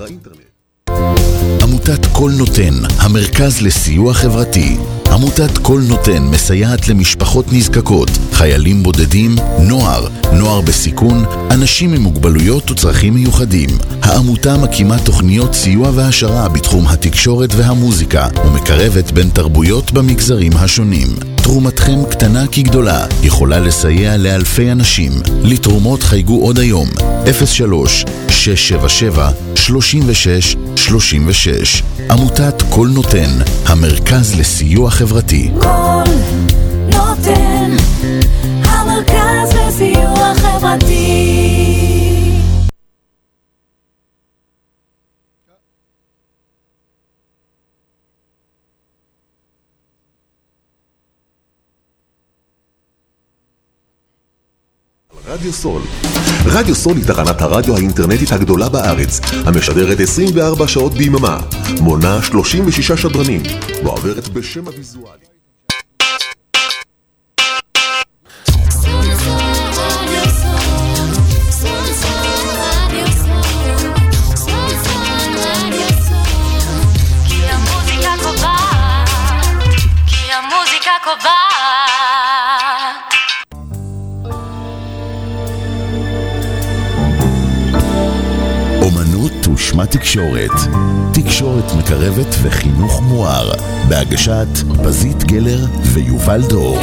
באתר האינטרנט. עמותת כל נותן, המרכז לסיוע חברתי. עמותת כל נותן מסייעת למשפחות נזקקות, חיילים בודדים, נוער בסיכון, אנשים עם מוגבלויות וצרכים מיוחדים. העמותה מקימה תוכניות סיוע והשרה בתחום התקשורת והמוזיקה, ומקרבת בין תרבויות במגזרים השונים. תרומתכם קטנה כגדולה, יכולה לסייע לאלפי אנשים. לתרומות חייגו עוד היום, 03-677-3636. עמותת כל נותן, המרכז לסיוע חברתי. כל נותן, המרכז לסיוע חברתי. רדיו סול. רדיו סול היא תחנת הרדיו האינטרנטית הגדולה בארץ, המשדרת 24 שעות ביממה, מונה 36 שדרנים, ועוברת בשם הוויזואלי. כי המוזיקה קובעת. אומנות ושמה תקשורת. תקשורת מקרבת וחינוך מואר. בהגשת פזית גלר ויובל דור.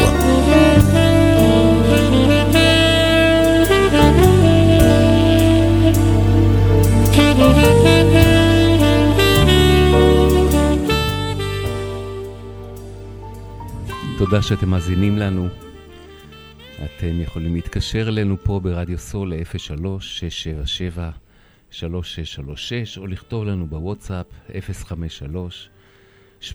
תודה שאתם מאזינים לנו. אתם יכולים להתקשר אלינו פה ברדיו סול ל-03-677-3636 או לכתוב לנו בוואטסאפ 053-807-1213.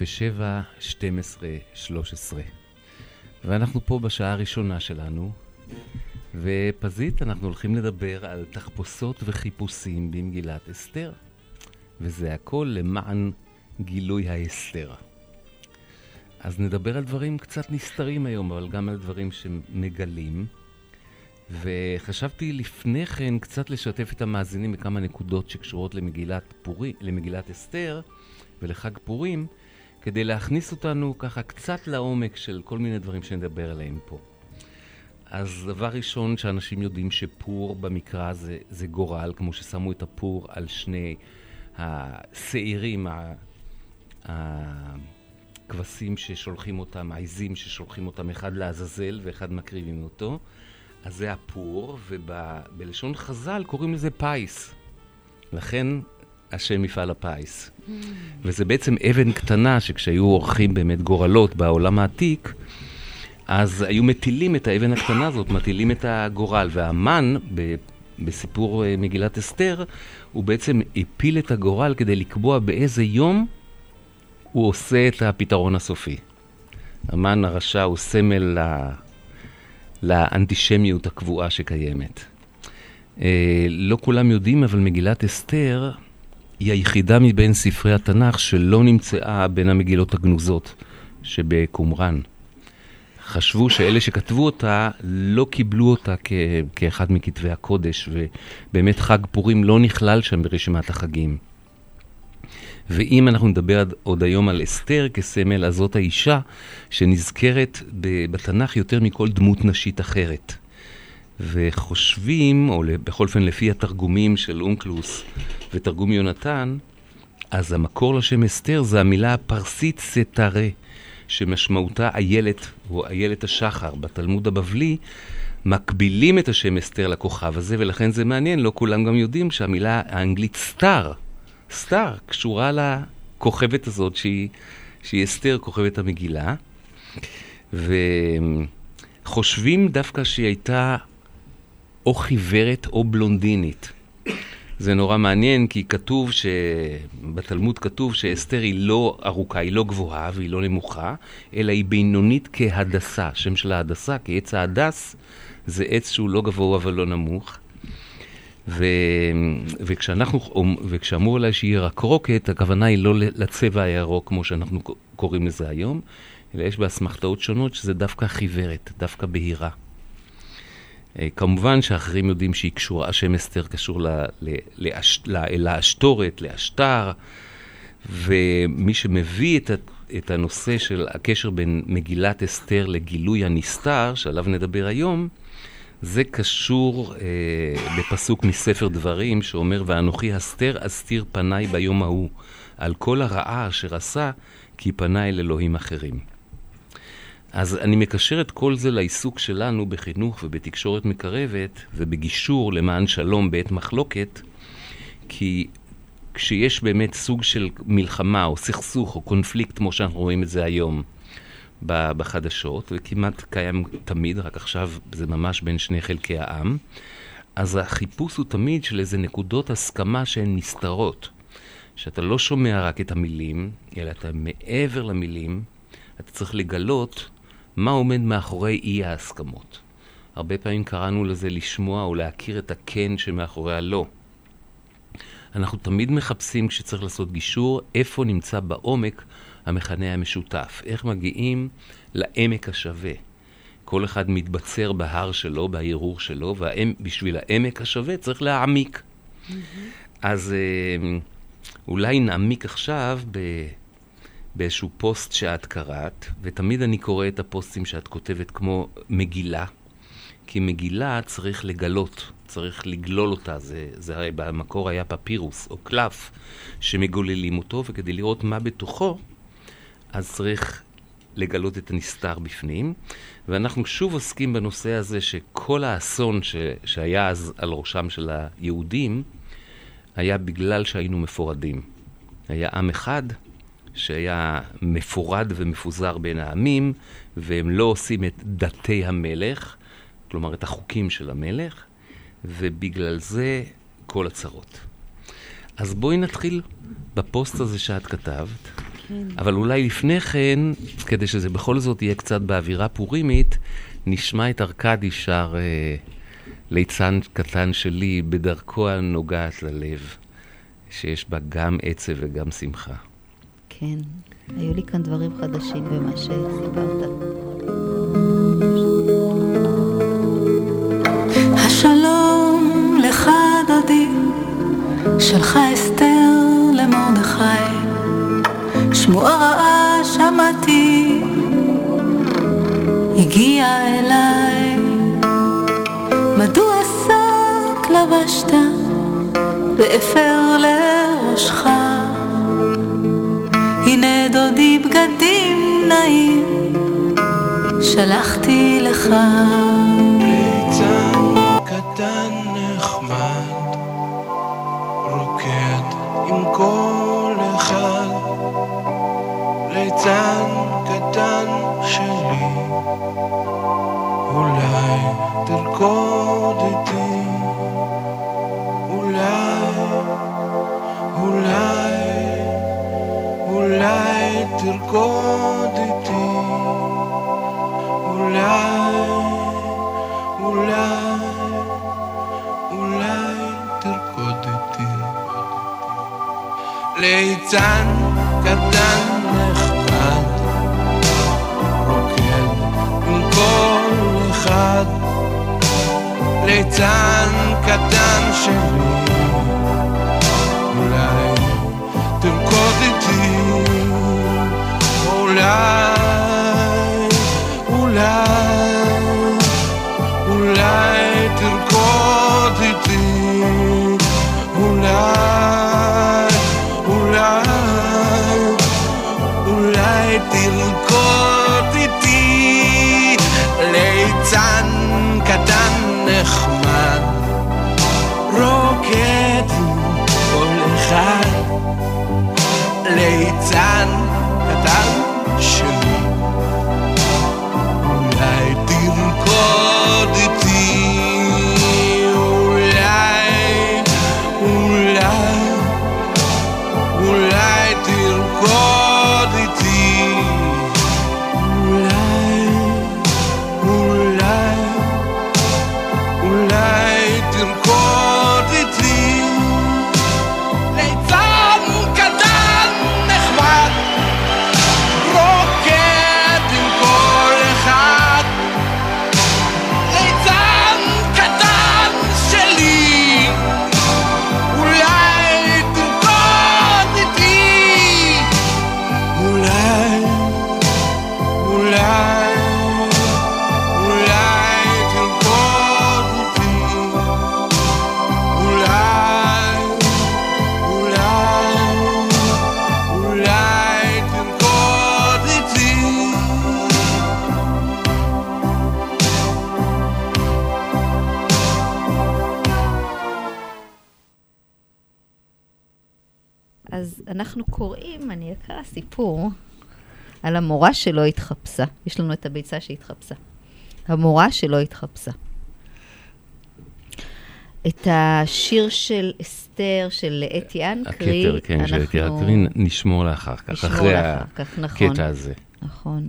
ואנחנו פה בשעה הראשונה שלנו, ופזית אנחנו הולכים לדבר על תחפושות וחיפושים במגילת אסתר, וזה הכל למען גילוי האסתר. אז נדבר על דברים קצת נסתרים היום, אבל גם על דברים שמגלים. וחשבתי לפני כן קצת לשתף את המאזינים בכמה נקודות שקשורות למגילת אסתר ולחג פורים, כדי להכניס אותנו ככה קצת לעומק של כל מיני דברים שנדבר עליהם פה. אז דבר ראשון שאנשים יודעים שפור במקרא זה גורל, כמו ששמו את הפור על שני השעירים, הכבשים ששולחים אותם, העיזים ששולחים אותם, אחד לעזאזל ואחד מקריבים אותו. אז זה הפור, ובלשון חז"ל קוראים לזה פייס. לכן השם מפעל הפייס. וזה בעצם אבן קטנה שכשהיו עורכים באמת גורלות בעולם העתיק, אז היו מטילים את האבן הקטנה הזאת, מטילים את הגורל. והמן, בסיפור מגילת אסתר, הוא בעצם הפיל את הגורל כדי לקבוע באיזה יום הוא עושה את הפתרון הסופי. המן הרשע הוא סמל לאנטישמיות הקבועה שקיימת. לא כולם יודעים, אבל מגילת אסתר היא היחידה מבין ספרי התנ"ך שלא נמצאה בין המגילות הגנוזות שבקומראן. חשבו שאלה שכתבו אותה לא קיבלו אותה כאחד מכתבי הקודש, ובאמת חג פורים לא נכלל שם ברשימת החגים. ואם אנחנו נדבר עוד היום על אסתר כסמל, אז זאת האישה שנזכרת בתנ"ך יותר מכל דמות נשית אחרת. וחושבים, או בכל אופן לפי התרגומים של אונקלוס ותרגום יונתן, אז המקור לשם אסתר זה המילה הפרסית סתרה, שמשמעותה איילת, או איילת השחר. בתלמוד הבבלי מקבילים את השם אסתר לכוכב הזה, ולכן זה מעניין, לא כולם גם יודעים שהמילה האנגלית סטאר קשורה לכוכבת הזאת שהיא אסתר, כוכבת המגילה. וחושבים דווקא שהיא הייתה או חיוורת או בלונדינית. זה נורא מעניין, כי כתוב בתלמוד כתוב שאסתר היא לא ארוכה, היא לא גבוהה והיא לא נמוכה, אלא היא בינונית כהדסה. שם של ההדסה, כי עץ ההדס זה עץ שהוא לא גבוה אבל לא נמוך. וכשאמרו עליי שהיא רקרוקת, הכוונה היא לא לצבע הירוק כמו שאנחנו קוראים לזה היום, אלא יש באסמכתאות שונות שזה דווקא חיוורת, דווקא בהירה. כמובן שאחרים יודעים שהיא קשורה, השם אסתר קשור לאשתורת, לאשתר, ומי שמביא את הנושא של הקשר בין מגילת אסתר לגילוי הנסתר, שעליו נדבר היום, זה קשור בפסוק מספר דברים שאומר, ואנוכי אסתר אסתיר פניי ביום ההוא, על כל הרעה אשר עשה, כי פניי אל אלוהים אחרים. אז אני מקשר את כל זה לעיסוק שלנו בחינוך ובתקשורת מקרבת ובגישור למען שלום בעת מחלוקת, כי כשיש באמת סוג של מלחמה או סכסוך או קונפליקט, כמו שאנחנו רואים את זה היום בחדשות, וכמעט קיים תמיד, רק עכשיו זה ממש בין שני חלקי העם, אז החיפוש הוא תמיד של איזה נקודות הסכמה שהן נסתרות, שאתה לא שומע רק את המילים, אלא אתה מעבר למילים, אתה צריך לגלות מה עומד מאחורי אי ההסכמות. הרבה פעמים קראנו לזה לשמוע או להכיר את הכן שמאחורי הלא. אנחנו תמיד מחפשים כשצריך לעשות גישור, איפה נמצא בעומק המכנה המשותף. איך מגיעים לעמק השווה. כל אחד מתבצר בהר שלו, בהירור שלו, ובשביל העמק השווה צריך להעמיק. אז אולי נעמיק עכשיו באיזשהו פוסט שאת קראת, ותמיד אני קורא את הפוסטים שאת כותבת כמו מגילה, כי מגילה צריך לגלות, צריך לגלול אותה, זה הרי במקור היה פפירוס או קלף שמגוללים אותו, וכדי לראות מה בתוכו, אז צריך לגלות את הנסתר בפנים, ואנחנו שוב עוסקים בנושא הזה שכל האסון שהיה אז על ראשם של היהודים, היה בגלל שהיינו מפורדים. היה עם אחד שהיה מפורד ומפוזר בין העמים, והם לא עושים את דתי המלך, כלומר את החוקים של המלך, ובגלל זה כל הצרות. אז בואי נתחיל בפוסט הזה שאת כתבת, כן. אבל אולי לפני כן, כדי שזה בכל זאת יהיה קצת באווירה פורימית, נשמע את ארקדי שר ליצן קטן שלי בדרכו הנוגעת ללב, שיש בה גם עצב וגם שמחה. כן, היו לי כאן דברים חדשים במה שסיפרת. השלום לך דודי, שלך אסתר למרדכי, שמועה רעה שמעתי, הגיע אליי, מדוע שק לבשת ואפר לראשך, הנה דודי בגדים נעים, שלחתי לך. ליצן קטן נחמד, רוקד עם כל אחד, ליצן קטן שלי, אולי תרקוד איתי, אולי תרקוד איתי, אולי תרקוד איתי. ליצן קטן נחמד, רוקד עם כל אחד, ליצן קטן שלי, אולי תרקוד איתי, אולי תרקוד איתי, אולי תרקוד איתי, ליצן קטן נחמד, רוקד עם כל אחד, ליצן קטן שלי, אולי תרקוד איתי, אולי תרקוד איתי, אולי תרקוד איתי, ליצן קטן נחמד, רוקד עם אז אנחנו קוראים, אני אקרא סיפור, על המורה שלא התחפשה. יש לנו את הביצה שהתחפשה. המורה שלא התחפשה. את השיר של אסתר, של אתי אנקרי, הכתר, כן, של אתי אנקרי, נשמור לאחר כך, אחרי הקטע הזה. נכון.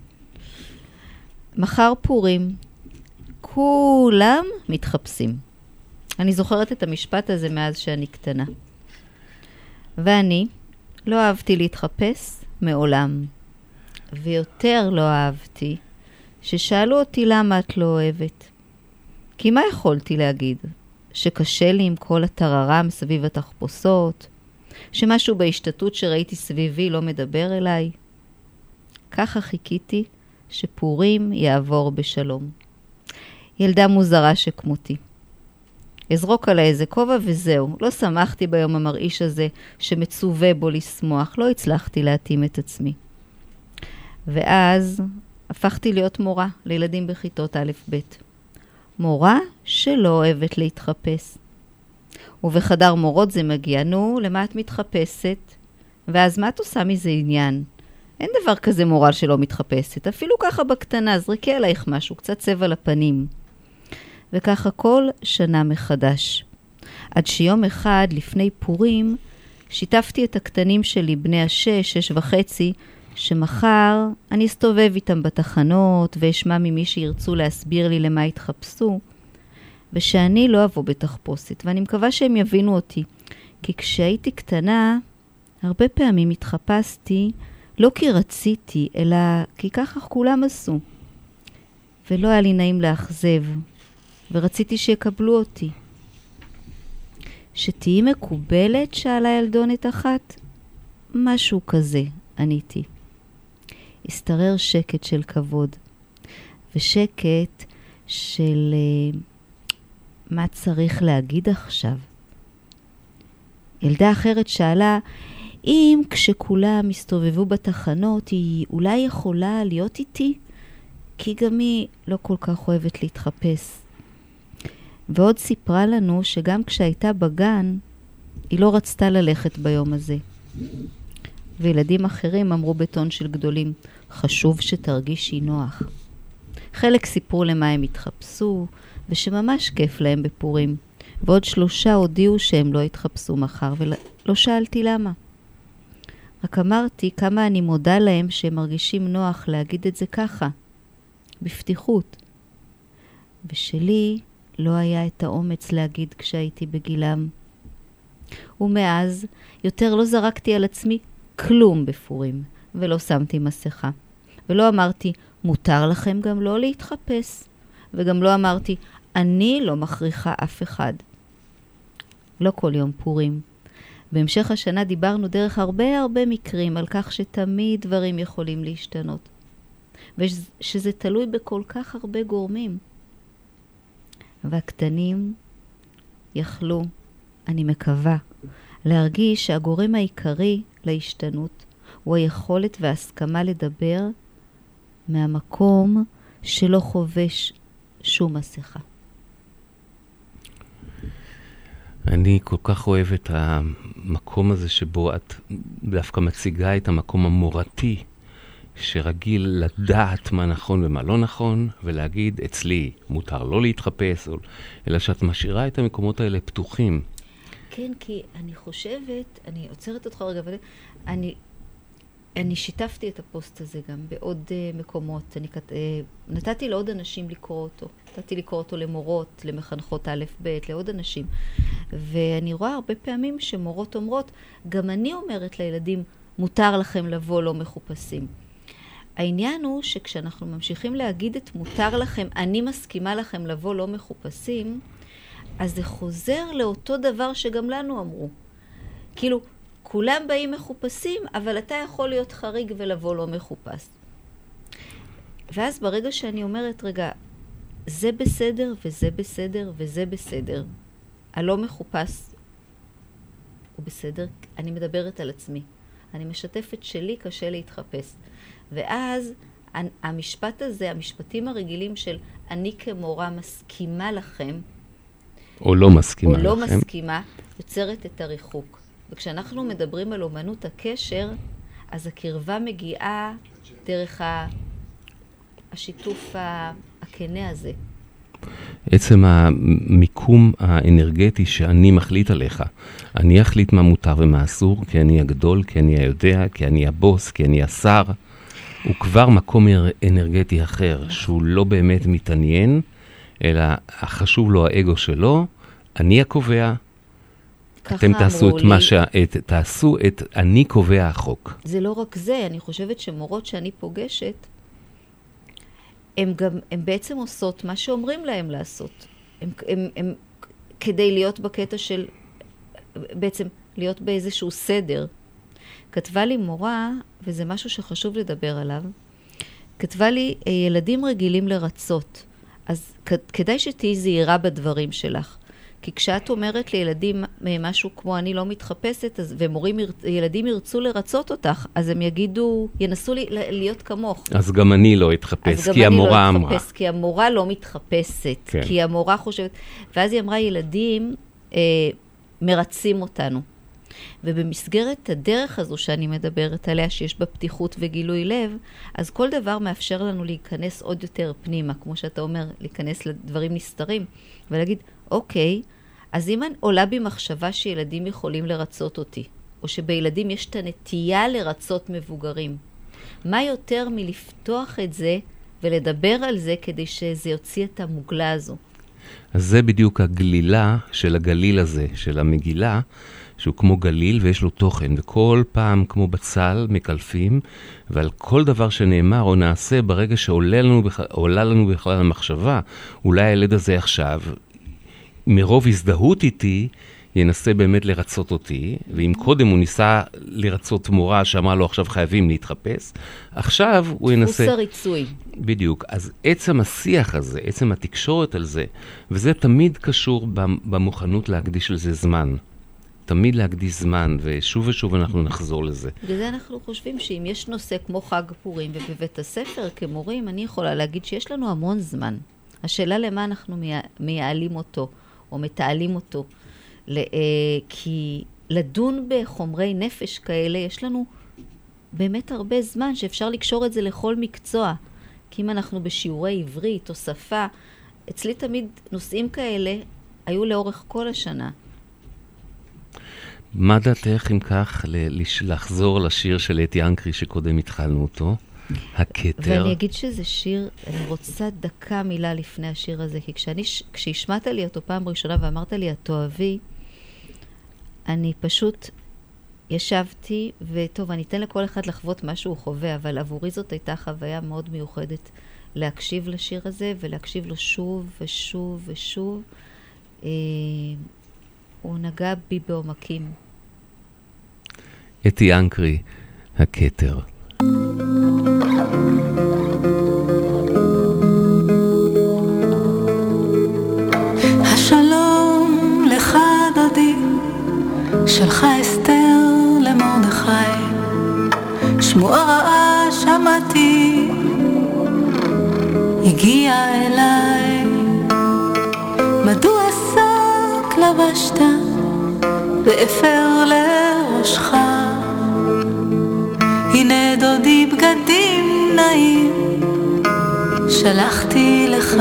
מחר פורים, כולם מתחפשים. אני זוכרת את המשפט הזה מאז שאני קטנה. ואני לא אהבתי להתחפש מעולם. ויותר לא אהבתי ששאלו אותי למה את לא אוהבת. כי מה יכולתי להגיד? שקשה לי עם כל הטררה מסביב התחפושות? שמשהו בהשתתות שראיתי סביבי לא מדבר אליי? ככה חיכיתי שפורים יעבור בשלום. ילדה מוזרה שכמותי. אזרוק עליי איזה כובע וזהו. לא שמחתי ביום המרעיש הזה שמצווה בו לשמוח. לא הצלחתי להתאים את עצמי. ואז הפכתי להיות מורה לילדים בכיתות א' ב'. מורה שלא אוהבת להתחפש. ובחדר מורות זה מגיע, נו, למה את מתחפשת? ואז מה את עושה מזה עניין? אין דבר כזה מורה שלא מתחפשת. אפילו ככה בקטנה, זרקי עלייך משהו, קצת צבע לפנים. וככה כל שנה מחדש. עד שיום אחד לפני פורים, שיתפתי את הקטנים שלי, בני 6 וחצי, שמחר אני אסתובב איתם בתחנות, ואשמע ממי שירצו להסביר לי למה התחפשו, ושאני לא אבוא בתחפושת, ואני מקווה שהם יבינו אותי. כי כשהייתי קטנה, הרבה פעמים התחפשתי, לא כי רציתי, אלא כי ככה כולם עשו. ולא היה לי נעים לאכזב, ורציתי שיקבלו אותי. שתהי מקובלת, שאלה ילדונת אחת? משהו כזה, עניתי. הסתרר שקט של כבוד, ושקט של מה צריך להגיד עכשיו. ילדה אחרת שאלה, אם כשכולם הסתובבו בתחנות, היא אולי יכולה להיות איתי? כי גם היא לא כל כך אוהבת להתחפש. ועוד סיפרה לנו שגם כשהייתה בגן, היא לא רצתה ללכת ביום הזה. וילדים אחרים אמרו בטון של גדולים, חשוב שתרגישי נוח. חלק סיפרו למה הם התחפשו, ושממש כיף להם בפורים. ועוד 3 הודיעו שהם לא התחפשו מחר, ולא שאלתי למה. רק אמרתי כמה אני מודה להם שהם מרגישים נוח להגיד את זה ככה, בפתיחות. ושלי לא היה את האומץ להגיד כשהייתי בגילם. ומאז יותר לא זרקתי על עצמי כלום בפורים, ולא שמתי מסכה. ולא אמרתי, מותר לכם גם לא להתחפש. וגם לא אמרתי, אני לא מכריחה אף אחד. לא כל יום פורים. בהמשך השנה דיברנו דרך הרבה מקרים על כך שתמיד דברים יכולים להשתנות. ושזה תלוי בכל כך הרבה גורמים. והקטנים יכלו, אני מקווה, להרגיש שהגורם העיקרי להשתנות הוא היכולת וההסכמה לדבר מהמקום שלא חובש שום מסכה. אני כל כך אוהב את המקום הזה שבו את דווקא מציגה את המקום המורתי, שרגיל לדעת מה נכון ומה לא נכון, ולהגיד אצלי מותר לא להתחפש, אלא שאת משאירה את המקומות האלה פתוחים. כן, כי אני חושבת, אני עוצרת אותך רגע, אבל אני שיתפתי את הפוסט הזה גם בעוד מקומות. נתתי לעוד אנשים לקרוא אותו. נתתי לקרוא אותו למורות, למחנכות א' ב', לעוד אנשים. ואני רואה הרבה פעמים שמורות אומרות, גם אני אומרת לילדים, מותר לכם לבוא לא מחופשים. העניין הוא שכשאנחנו ממשיכים להגיד את מותר לכם, אני מסכימה לכם לבוא לא מחופשים, אז זה חוזר לאותו דבר שגם לנו אמרו. כאילו, כולם באים מחופשים, אבל אתה יכול להיות חריג ולבוא לא מחופש. ואז ברגע שאני אומרת, רגע, זה בסדר וזה בסדר וזה בסדר. הלא מחופש הוא בסדר, אני מדברת על עצמי. אני משתפת שלי קשה להתחפש. ואז המשפט הזה, המשפטים הרגילים של אני כמורה מסכימה לכם, או לא מסכימה או לא לכם. מסכימה, יוצרת את הריחוק. וכשאנחנו מדברים על אומנות הקשר, אז הקרבה מגיעה דרך השיתוף הכנה הזה. עצם המיקום האנרגטי שאני מחליט עליך. אני אחליט מה מותר ומה אסור, כי אני הגדול, כי אני היודע, כי אני הבוס, כי אני השר. הוא כבר מקום אנרגטי אחר, שהוא לא באמת מתעניין, אלא חשוב לו האגו שלו, אני הקובע, אתם תעשו את אני קובע החוק. זה לא רק זה, אני חושבת שמורות שאני פוגשת, הן בעצם עושות מה שאומרים להם לעשות. הם כדי להיות בקטע של, בעצם להיות באיזשהו סדר. כתבה לי מורה, וזה משהו שחשוב לדבר עליו, כתבה לי, ילדים רגילים לרצות, אז כדאי שתהי זהירה בדברים שלך. כי כשאת אומרת לילדים משהו כמו אני לא מתחפשת, ילדים ירצו לרצות אותך, אז הם ינסו להיות כמוך. אז גם אני לא אתחפש, כי המורה אמרה. כי המורה לא מתחפשת, כן. כי המורה חושבת. ואז היא אמרה, ילדים מרצים אותנו. ובמסגרת הדרך הזו שאני מדברת עליה, שיש בה פתיחות וגילוי לב, אז כל דבר מאפשר לנו להיכנס עוד יותר פנימה, כמו שאתה אומר, להיכנס לדברים נסתרים, ולהגיד, אוקיי, אז אם אני עולה בי מחשבה שילדים יכולים לרצות אותי, או שבילדים יש את הנטייה לרצות מבוגרים, מה יותר מלפתוח את זה ולדבר על זה כדי שזה יוציא את המוגלה הזו? אז זה בדיוק הגלילה של הגליל הזה, של המגילה, שהוא כמו גליל ויש לו תוכן, וכל פעם כמו בצל מקלפים, ועל כל דבר שנאמר או נעשה ברגע שעולה לנו בכלל המחשבה, אולי הילד הזה עכשיו, מרוב הזדהות איתי, ינסה באמת לרצות אותי, ואם קודם הוא ניסה לרצות מורה שאמרה לו עכשיו חייבים להתחפש, עכשיו הוא ינסה... דפוס הריצוי. בדיוק. אז עצם השיח הזה, עצם התקשורת על זה, וזה תמיד קשור במוכנות להקדיש לזה זמן. תמיד להקדיש זמן, ושוב ושוב אנחנו נחזור לזה. בגלל אנחנו חושבים שאם יש נושא כמו חג פורים, ובבית הספר כמורים, אני יכולה להגיד שיש לנו המון זמן. השאלה למה אנחנו מייעלים אותו, או מתעלים אותו. כי לדון בחומרי נפש כאלה, יש לנו באמת הרבה זמן שאפשר לקשור את זה לכל מקצוע. כי אם אנחנו בשיעורי עברית או שפה, אצלי תמיד נושאים כאלה היו לאורך כל השנה. מה דעתך אם כך לחזור לשיר של אתי אנקרי שקודם התחלנו אותו? הכתר. ואני אגיד שזה שיר, אני רוצה דקה מילה לפני השיר הזה, כי כשהשמעת לי אותו פעם ראשונה ואמרת לי, את אוהבי, אני פשוט ישבתי, וטוב, אני אתן לכל אחד לחוות מה שהוא חווה, אבל עבורי זאת הייתה חוויה מאוד מיוחדת להקשיב לשיר הזה, ולהקשיב לו שוב ושוב ושוב. הוא נגע בי בעומקים. אתי אנקרי, הכתר. השלום לך דודי, שלך אסתר למרדכי, שמועה רעה שמעתי, הגיע אליי, מדוע שק לבשת ואפר לראשך, הנה דודי בגדים נעים, שלחתי לך.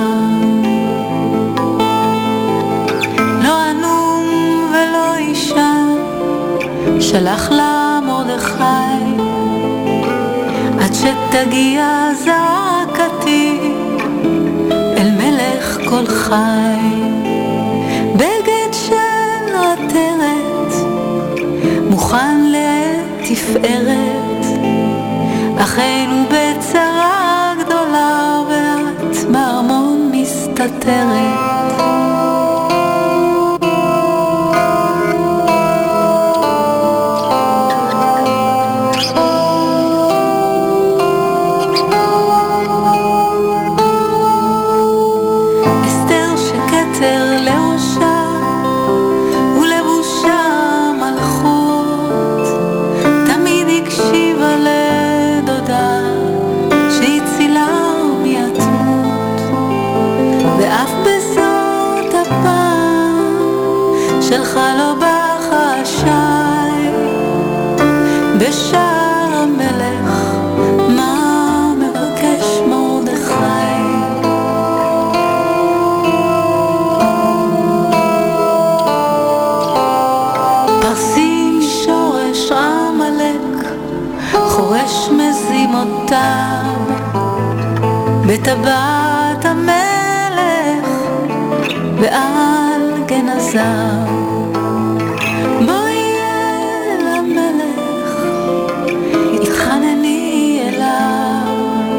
לא ענום ולא אישה, שלח לה מרדכי, עד שתגיע זעקתי אל מלך כל חי. בגד של עטרת, מוכן לתפארת, אחינו בצרה גדולה ואת בארמון מסתתרת. ואף בזאת בשער המלך, מה מבקש מרדכי? פרסי שורש עמלק, חורש מזימותיו, בטבעת המלך ועל גנזיו. בואי אל המלך, התחנני אליו,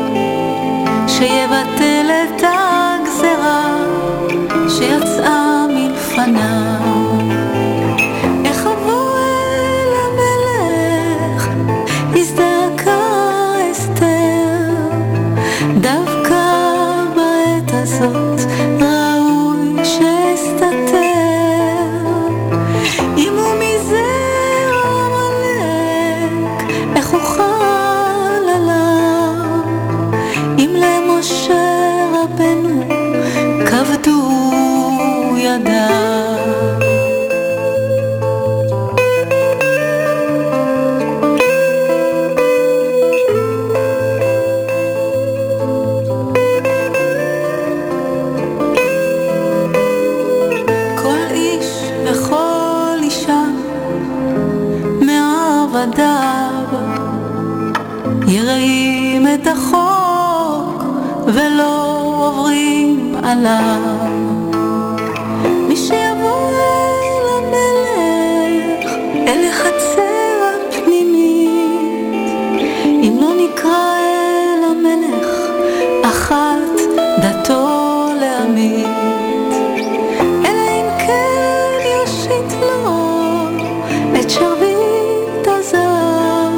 שיבטל את הגזרה שיצאה מלפניו. איך אבוא אל המלך, הזדעקה אסתר, דווקא בעת הזאת ראוי שאסתתר. אם הוא מזרע עמלק, איך אוכל עליו? אם למשה רבנו כבדו ידיו. יראים את החוק ולא עוברים עליו. מי שיבוא אל המלך, אל החצר הפנימית, אם לא נקרא אל המלך, אחת דתו להמית. אלא אם כן יושיט לו את שרביט הזהב,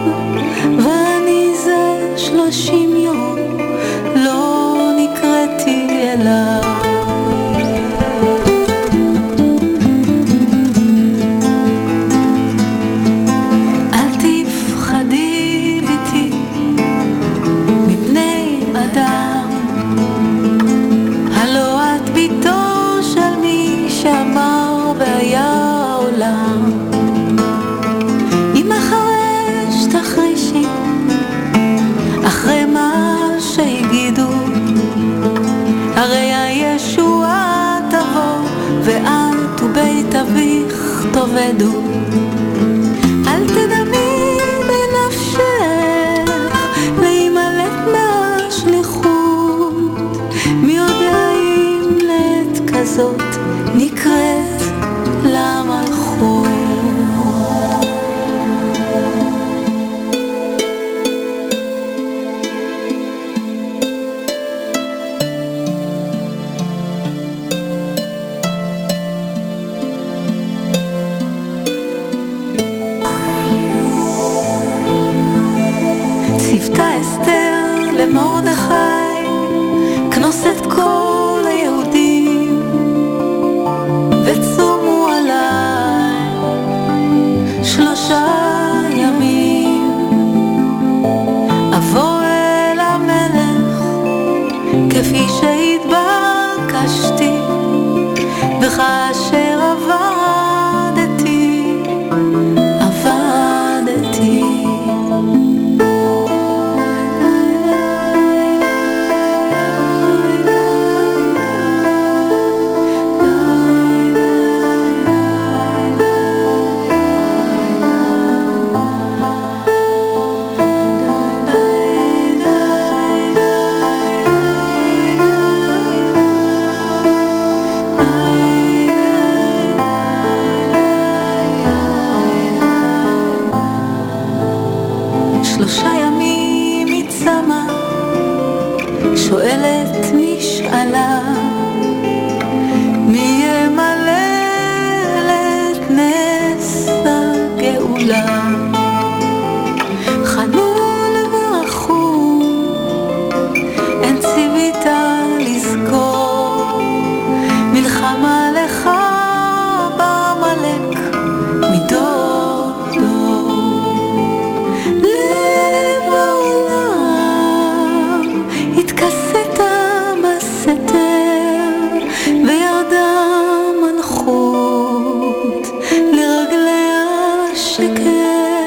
30 יום לא נקראתי אליו. אל תפחדי ביתי מבני אדם, הלא את ביתו של מי שאמר והיה עולם. אם אחרש תחרישי אחרי מה שהגידו, הרי הישועה תבוא ואת ובית אביך תאבדו. אל תדמי בנפשך להימלט מהשליחות, מי יודע אם לעת כזאת נקראת למלכות. למרדכי כנוס את כל היהודים וצומו עליי 3 ימים. אבוא אל המלך כפי שהתבקשתי, וכאשר עבדתי שואלת משאלה, מי ימלא את נס הגאולה? חנון ורחום, אין ציוויתה לזכור, מלחמה לך בעמלק מדור דור. לב העולם התכסת בסתר, וירדה מלכות לרגלי השקר.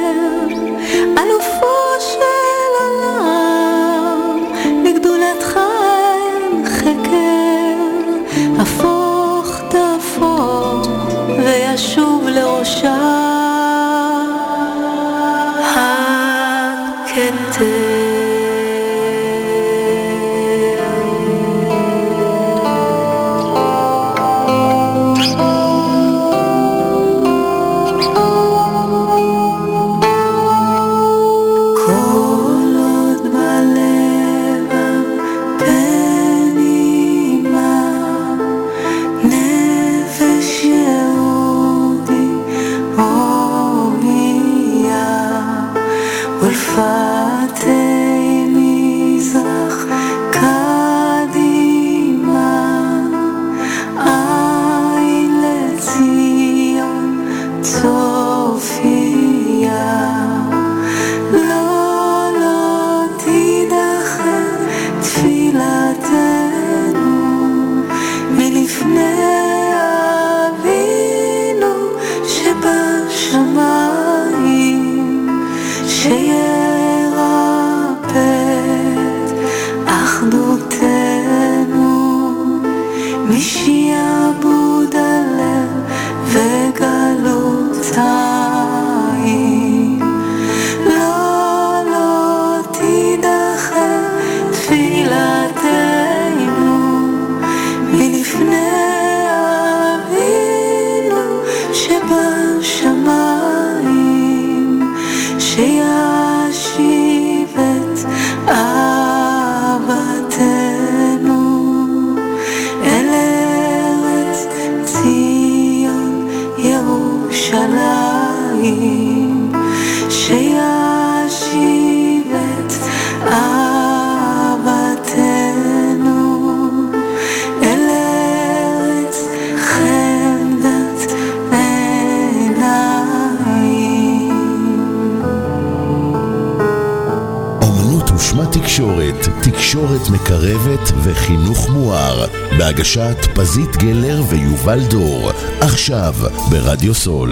תקשורת מקרבת וחינוך מואר, בהגשת פזית גלר ויובל דור, עכשיו ברדיו סול.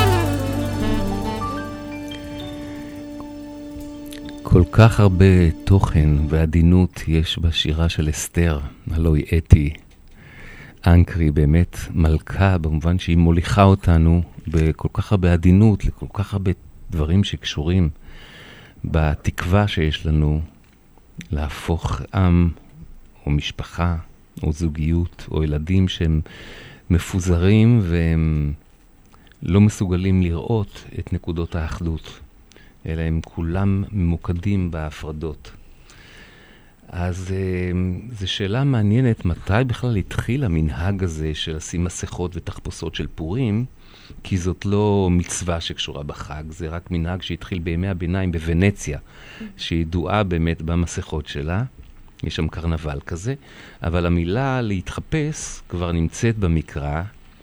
כל כך הרבה תוכן ועדינות יש בשירה של אסתר, הלוא היא אתי אנקרי, באמת מלכה, במובן שהיא מוליכה אותנו בכל כך הרבה עדינות, לכל כך הרבה דברים שקשורים בתקווה שיש לנו להפוך עם או משפחה או זוגיות או ילדים שהם מפוזרים והם לא מסוגלים לראות את נקודות האחדות, אלא הם כולם ממוקדים בהפרדות. אז זו שאלה מעניינת, מתי בכלל התחיל המנהג הזה של לשים מסכות ותחפושות של פורים, כי זאת לא מצווה שקשורה בחג, זה רק מנהג שהתחיל בימי הביניים בוונציה, שידועה באמת במסכות שלה, יש שם קרנבל כזה, אבל המילה להתחפש כבר נמצאת במקרא,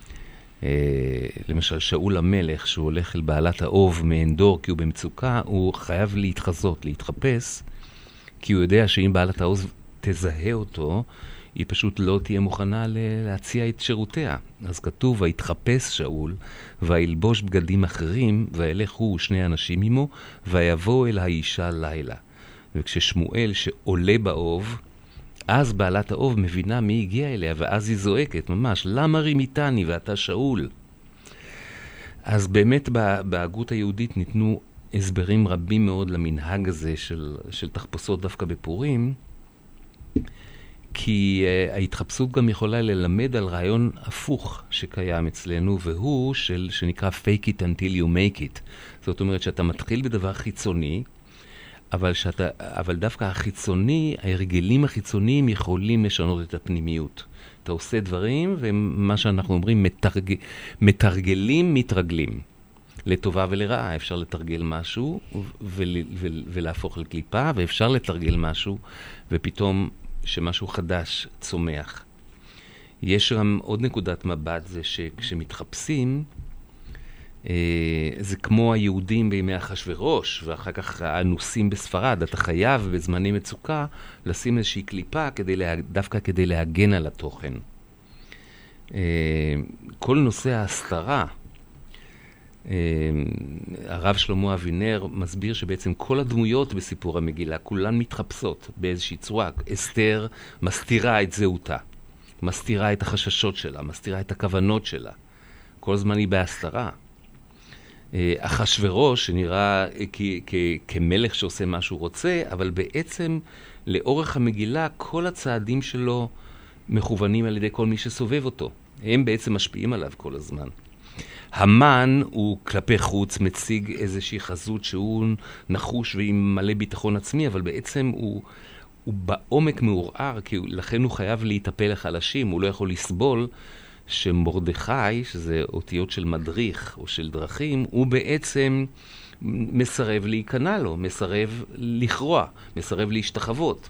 למשל שאול המלך, שהוא הולך אל בעלת האוב מאנדור כי הוא במצוקה, הוא חייב להתחזות, להתחפש, כי הוא יודע שאם בעלת האוב תזהה אותו, היא פשוט לא תהיה מוכנה להציע את שירותיה. אז כתוב, ויתחפש שאול, וילבוש בגדים אחרים, וילך הוא שני אנשים עמו, ויבוא אל האישה לילה. וכששמואל שעולה באוב, אז בעלת האוב מבינה מי הגיע אליה, ואז היא זועקת ממש, למה רימיתני ואתה שאול? אז באמת בהגות היהודית ניתנו הסברים רבים מאוד למנהג הזה של תחפושות דווקא בפורים, כי ההתחפשות גם יכולה ללמד על רעיון הפוך שקיים אצלנו, והוא שנקרא fake it until you make it. זאת אומרת שאתה מתחיל בדבר חיצוני, אבל דווקא החיצוני, ההרגלים החיצוניים יכולים לשנות את הפנימיות. אתה עושה דברים, ומה שאנחנו אומרים, מתרגלים, מתרגלים. לטובה ולרעה, אפשר לתרגל משהו ולהפוך לקליפה, ואפשר לתרגל משהו, ופתאום שמשהו חדש צומח. יש גם עוד נקודת מבט, זה שכשמתחפשים, זה כמו היהודים בימי אחשוורוש, ואחר כך האנוסים בספרד, אתה חייב בזמני מצוקה לשים איזושהי קליפה דווקא כדי להגן על התוכן. כל נושא ההסתרה, הרב שלמה אבינר מסביר שבעצם כל הדמויות בסיפור המגילה, כולן מתחפשות באיזושהי צורה. אסתר מסתירה את זהותה, מסתירה את החששות שלה, מסתירה את הכוונות שלה. כל זמן היא בהסתרה. אחשוורוש שנראה כמלך שעושה מה שהוא רוצה, אבל בעצם לאורך המגילה כל הצעדים שלו מכוונים על ידי כל מי שסובב אותו. הם בעצם משפיעים עליו כל הזמן. המן הוא כלפי חוץ מציג איזושהי חזות שהוא נחוש ועם מלא ביטחון עצמי, אבל בעצם הוא בעומק מעורער, כי לכן הוא חייב להיטפל לחלשים, הוא לא יכול לסבול שמרדכי, שזה אותיות של מדריך או של דרכים, הוא בעצם מסרב להיכנע לו, מסרב לכרוע, מסרב להשתחוות.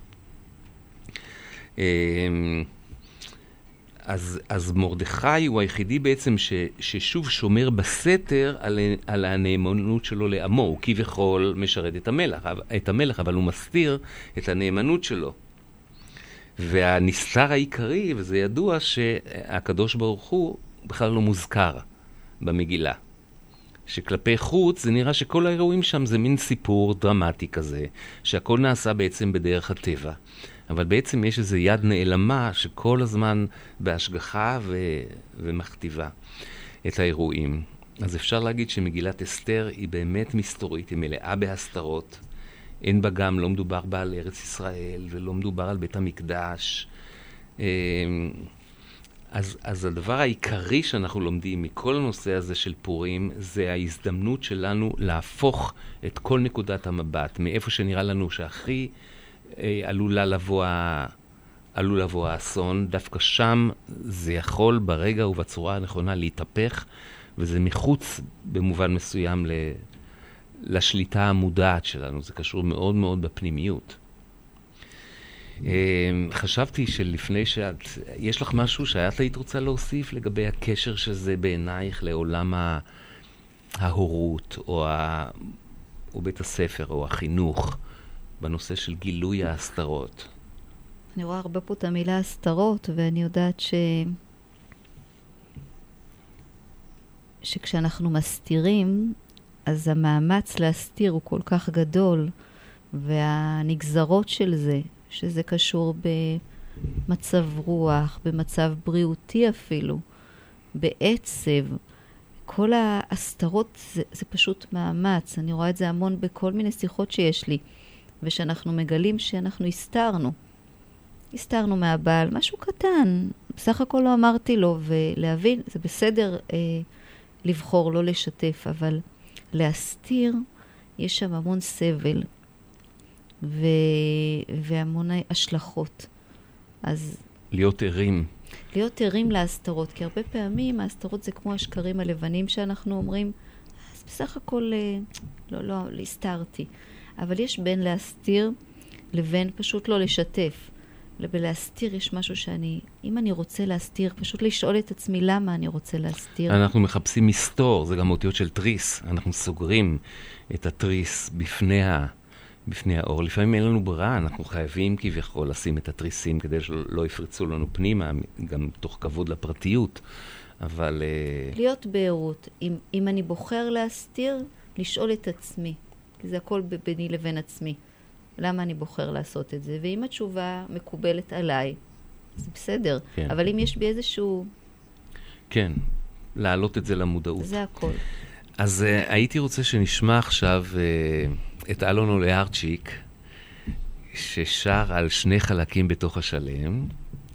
אז מרדכי הוא היחידי בעצם ששוב שומר בסתר על הנאמנות שלו לעמו. הוא כביכול משרת את המלך, אבל הוא מסתיר את הנאמנות שלו. והנסתר העיקרי, וזה ידוע, שהקדוש ברוך הוא בכלל לא מוזכר במגילה. שכלפי חוץ זה נראה שכל האירועים שם זה מין סיפור דרמטי כזה, שהכל נעשה בעצם בדרך הטבע. אבל בעצם יש איזו יד נעלמה שכל הזמן בהשגחה ומכתיבה את האירועים. אז אפשר להגיד שמגילת אסתר היא באמת מסתורית, היא מלאה בהסתרות. אין בה גם, לא מדובר בה על ארץ ישראל ולא מדובר על בית המקדש. אז הדבר העיקרי שאנחנו לומדים מכל הנושא הזה של פורים זה ההזדמנות שלנו להפוך את כל נקודת המבט מאיפה שנראה לנו שהכי עלול לבוא האסון, דווקא שם זה יכול ברגע ובצורה הנכונה להתהפך, וזה מחוץ במובן מסוים לשליטה המודעת שלנו. זה קשור מאוד מאוד בפנימיות. חשבתי שלפני יש לך משהו שאת היית רוצה להוסיף לגבי הקשר שזה בעינייך לעולם ההורות או בית הספר או החינוך בנושא של גילוי ההסתרות? אני רואה הרבה פה את המילה הסתרות, ואני יודעת שכשאנחנו מסתירים, אז המאמץ להסתיר הוא כל כך גדול, והנגזרות של זה, שזה קשור במצב רוח, במצב בריאותי אפילו, בעצב, כל ההסתרות זה פשוט מאמץ. אני רואה את זה המון בכל מיני שיחות שיש לי, ושאנחנו מגלים שאנחנו הסתרנו מהבעל, משהו קטן, בסך הכל לא אמרתי לו, ולהבין, זה בסדר לבחור, לא לשתף, אבל להסתיר, יש שם המון סבל, והמון השלכות. אז להיות ערים להסתרות, כי הרבה פעמים ההסתרות זה כמו השקרים הלבנים שאנחנו אומרים, אז בסך הכל לא הסתרתי. אבל יש בין להסתיר לבין פשוט לא לשתף. בלהסתיר יש משהו אם אני רוצה להסתיר, פשוט לשאול את עצמי למה אני רוצה להסתיר. אנחנו מחפשים מסתור, זה גם אותיות של תריס. אנחנו סוגרים את התריס בפני האור. לפעמים אין לנו ברירה, אנחנו חייבים כביכול לשים את התריסים כדי שלא יפרצו לנו פנימה, גם תוך כבוד לפרטיות. אבל להיות בעירות. אם אני בוחר להסתיר, לשאול את עצמי. כי זה הכל ביני לבין עצמי. למה אני בוחר לעשות את זה? ואם התשובה מקובלת עליי, זה בסדר. כן. אבל אם יש בי איזשהו... כן, להעלות את זה למודעות. זה הכל. אז הייתי רוצה שנשמע עכשיו את אלון אולהרצ'יק, ששר על שני חלקים בתוך השלם,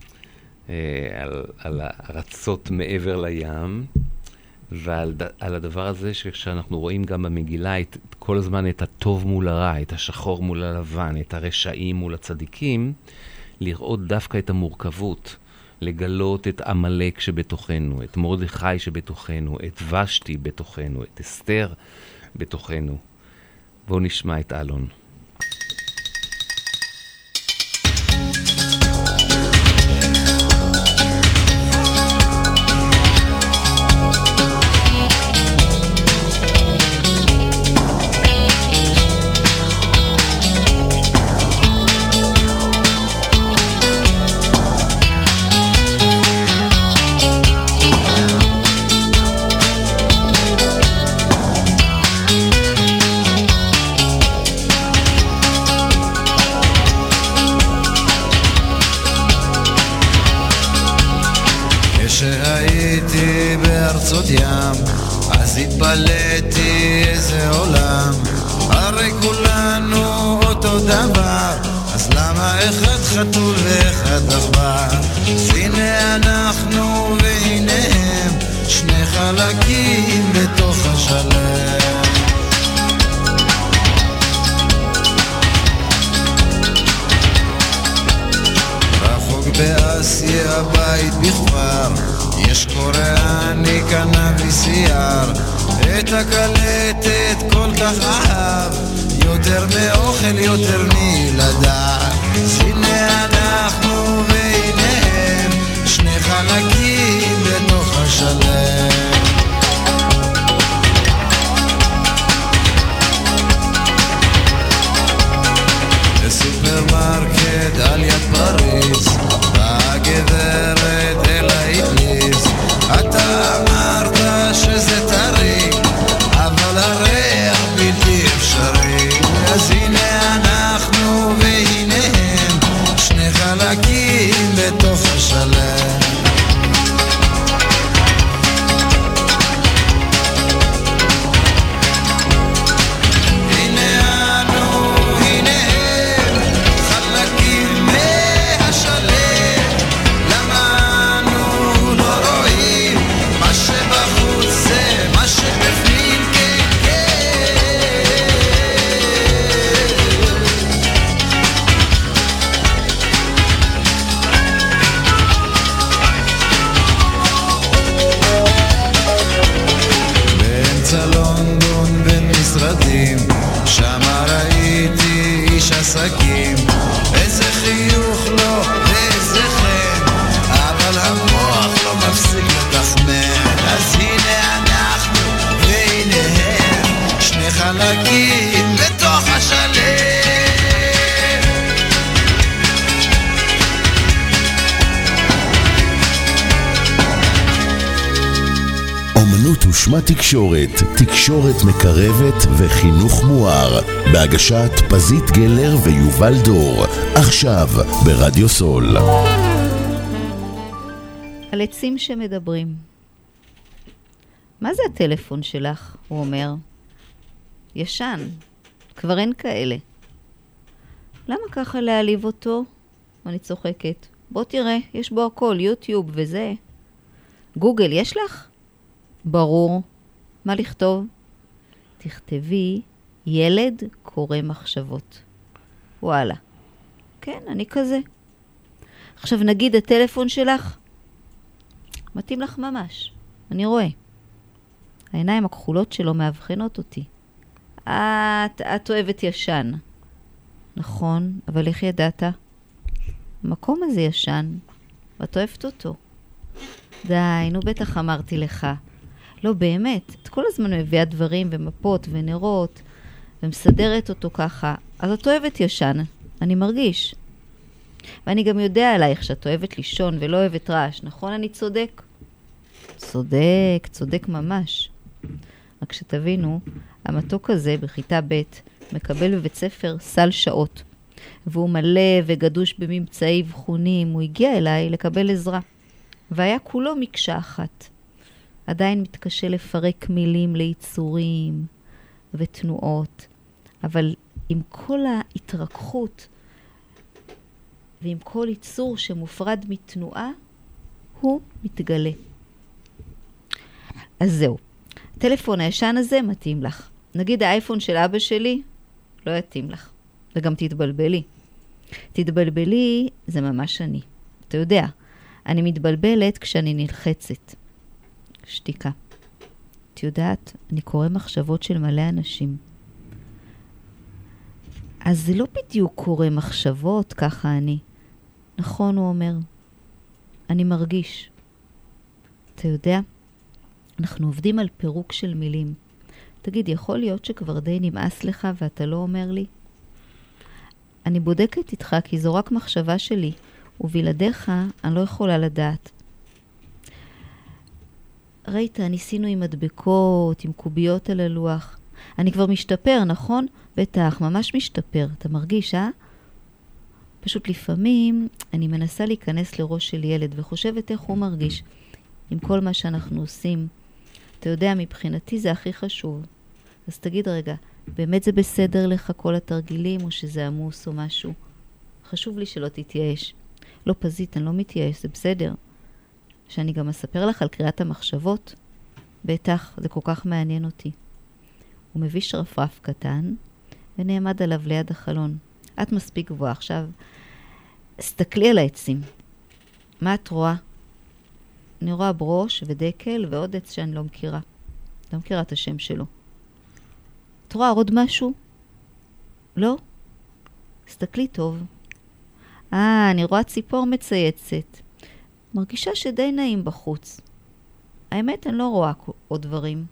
על ארצות מעבר לים, ועל הדבר הזה שאנחנו רואים גם במגילה כל הזמן את הטוב מול הרע, את השחור מול הלבן, את הרשעים מול הצדיקים, לראות דווקא את המורכבות, לגלות את עמלק שבתוכנו, את מרדכי שבתוכנו, את ושתי בתוכנו, את אסתר בתוכנו. בואו נשמע את אלון. כשהייתי בארצות ים, אז התפלאתי איזה עולם, הרי כולנו אותו דבר, אז למה אחד חתול ואחד עכבר? אז הנה אנחנו והנה הם, שני חלקים בתוך השלם. רחוק באסיה בית בכפר, יש קוריאני קנאביס יער, את הקלטת כל כך אהב, יותר מאוכל יותר מילדיו. אז הנה אנחנו והנה הם, שני חלקים בתוך השלם. בסופרמרקט על יד פריז, באה גברת אל האטליז, אתה אמרת שזה טרי, אבל הריח בלתי אפשרי. אז הנה אנחנו והנה הם, שני חלקים בתוך השלם. שמה ראיתי איש עסקים, איזה חיוך לו ואיזה חן, אבל המוח לא מפסיק לתחמן. אז הנה אנחנו והנה הם, שני חלקים בתוך השלם. אומנות ושמה תקשורת, תקשורת מקרבת וחינוך מואר, בהגשת פזית גלר ויובל דור, עכשיו ברדיו סול. על עצים שמדברים. מה זה הטלפון שלך? הוא אומר. ישן, כבר אין כאלה. למה ככה להעליב אותו? אני צוחקת. בוא תראה, יש בו הכל, יוטיוב וזה. גוגל יש לך? ברור. מה לכתוב? תכתבי, ילד קורא מחשבות. וואלה. כן, אני כזה. עכשיו נגיד הטלפון שלך, מתאים לך ממש. אני רואה. העיניים הכחולות שלו מאבחנות אותי. את אוהבת ישן. נכון, אבל איך ידעת? המקום הזה ישן, ואת אוהבת אותו. די, נו בטח אמרתי לך. לא באמת, את כל הזמן מביאה דברים ומפות ונרות, ומסדרת אותו ככה. אז את אוהבת ישן, אני מרגיש. ואני גם יודע עלייך שאת אוהבת לישון ולא אוהבת רעש, נכון אני צודק? צודק ממש. רק שתבינו, המתוק הזה בכיתה ב' מקבל בבית ספר סל שעות, והוא מלא וגדוש בממצאי אבחונים. הוא הגיע אליי לקבל עזרה, והיה כולו מקשה אחת. עדיין מתקשה לפרק מילים ליצורים ותנועות, אבל עם כל ההתרככות ועם כל יצור שמופרד מתנועה, הוא מתגלה. אז זהו, הטלפון הישן הזה מתאים לך. נגיד האייפון של אבא שלי לא יתאים לך, וגם תתבלבלי, זה ממש אני. אתה יודע, אני מתבלבלת כשאני נלחצת. שתיקה. את יודעת, אני קורא מחשבות של מלא אנשים. אז זה לא בדיוק קורא מחשבות, ככה אני. נכון, הוא אומר. אני מרגיש. אתה יודע, אנחנו עובדים על פירוק של מילים. תגיד, יכול להיות שכבר די נמאס לך ואתה לא אומר לי? אני בודקת איתך כי זו רק מחשבה שלי, ובלעדיך אני לא יכולה לדעת. ראית, ניסינו עם מדבקות, עם קוביות על הלוח. אני כבר משתפר, נכון? בטח, ממש משתפר. אתה מרגיש, פשוט לפעמים אני מנסה להיכנס לראש של ילד וחושבת איך הוא מרגיש עם כל מה שאנחנו עושים. אתה יודע, מבחינתי זה הכי חשוב. אז תגיד רגע, באמת זה בסדר לך כל התרגילים, או שזה עמוס או משהו? חשוב לי שלא תתייאש. לא פזית, אני לא מתייאש, זה בסדר. שאני גם אספר לך על קריאת המחשבות? בטח, זה כל כך מעניין אותי. הוא מביא שרפרף קטן, ונעמד עליו ליד החלון. את מספיק גבוהה עכשיו. סתכלי על העצים. מה את רואה? אני רואה ברוש ודקל ועוד עץ שאני לא מכירה. לא מכירה את השם שלו. את רואה עוד משהו? לא? סתכלי טוב. אני רואה ציפור מצייצת. מרגישה שדי נעים בחוץ. האמת, אני לא רואה עוד דברים.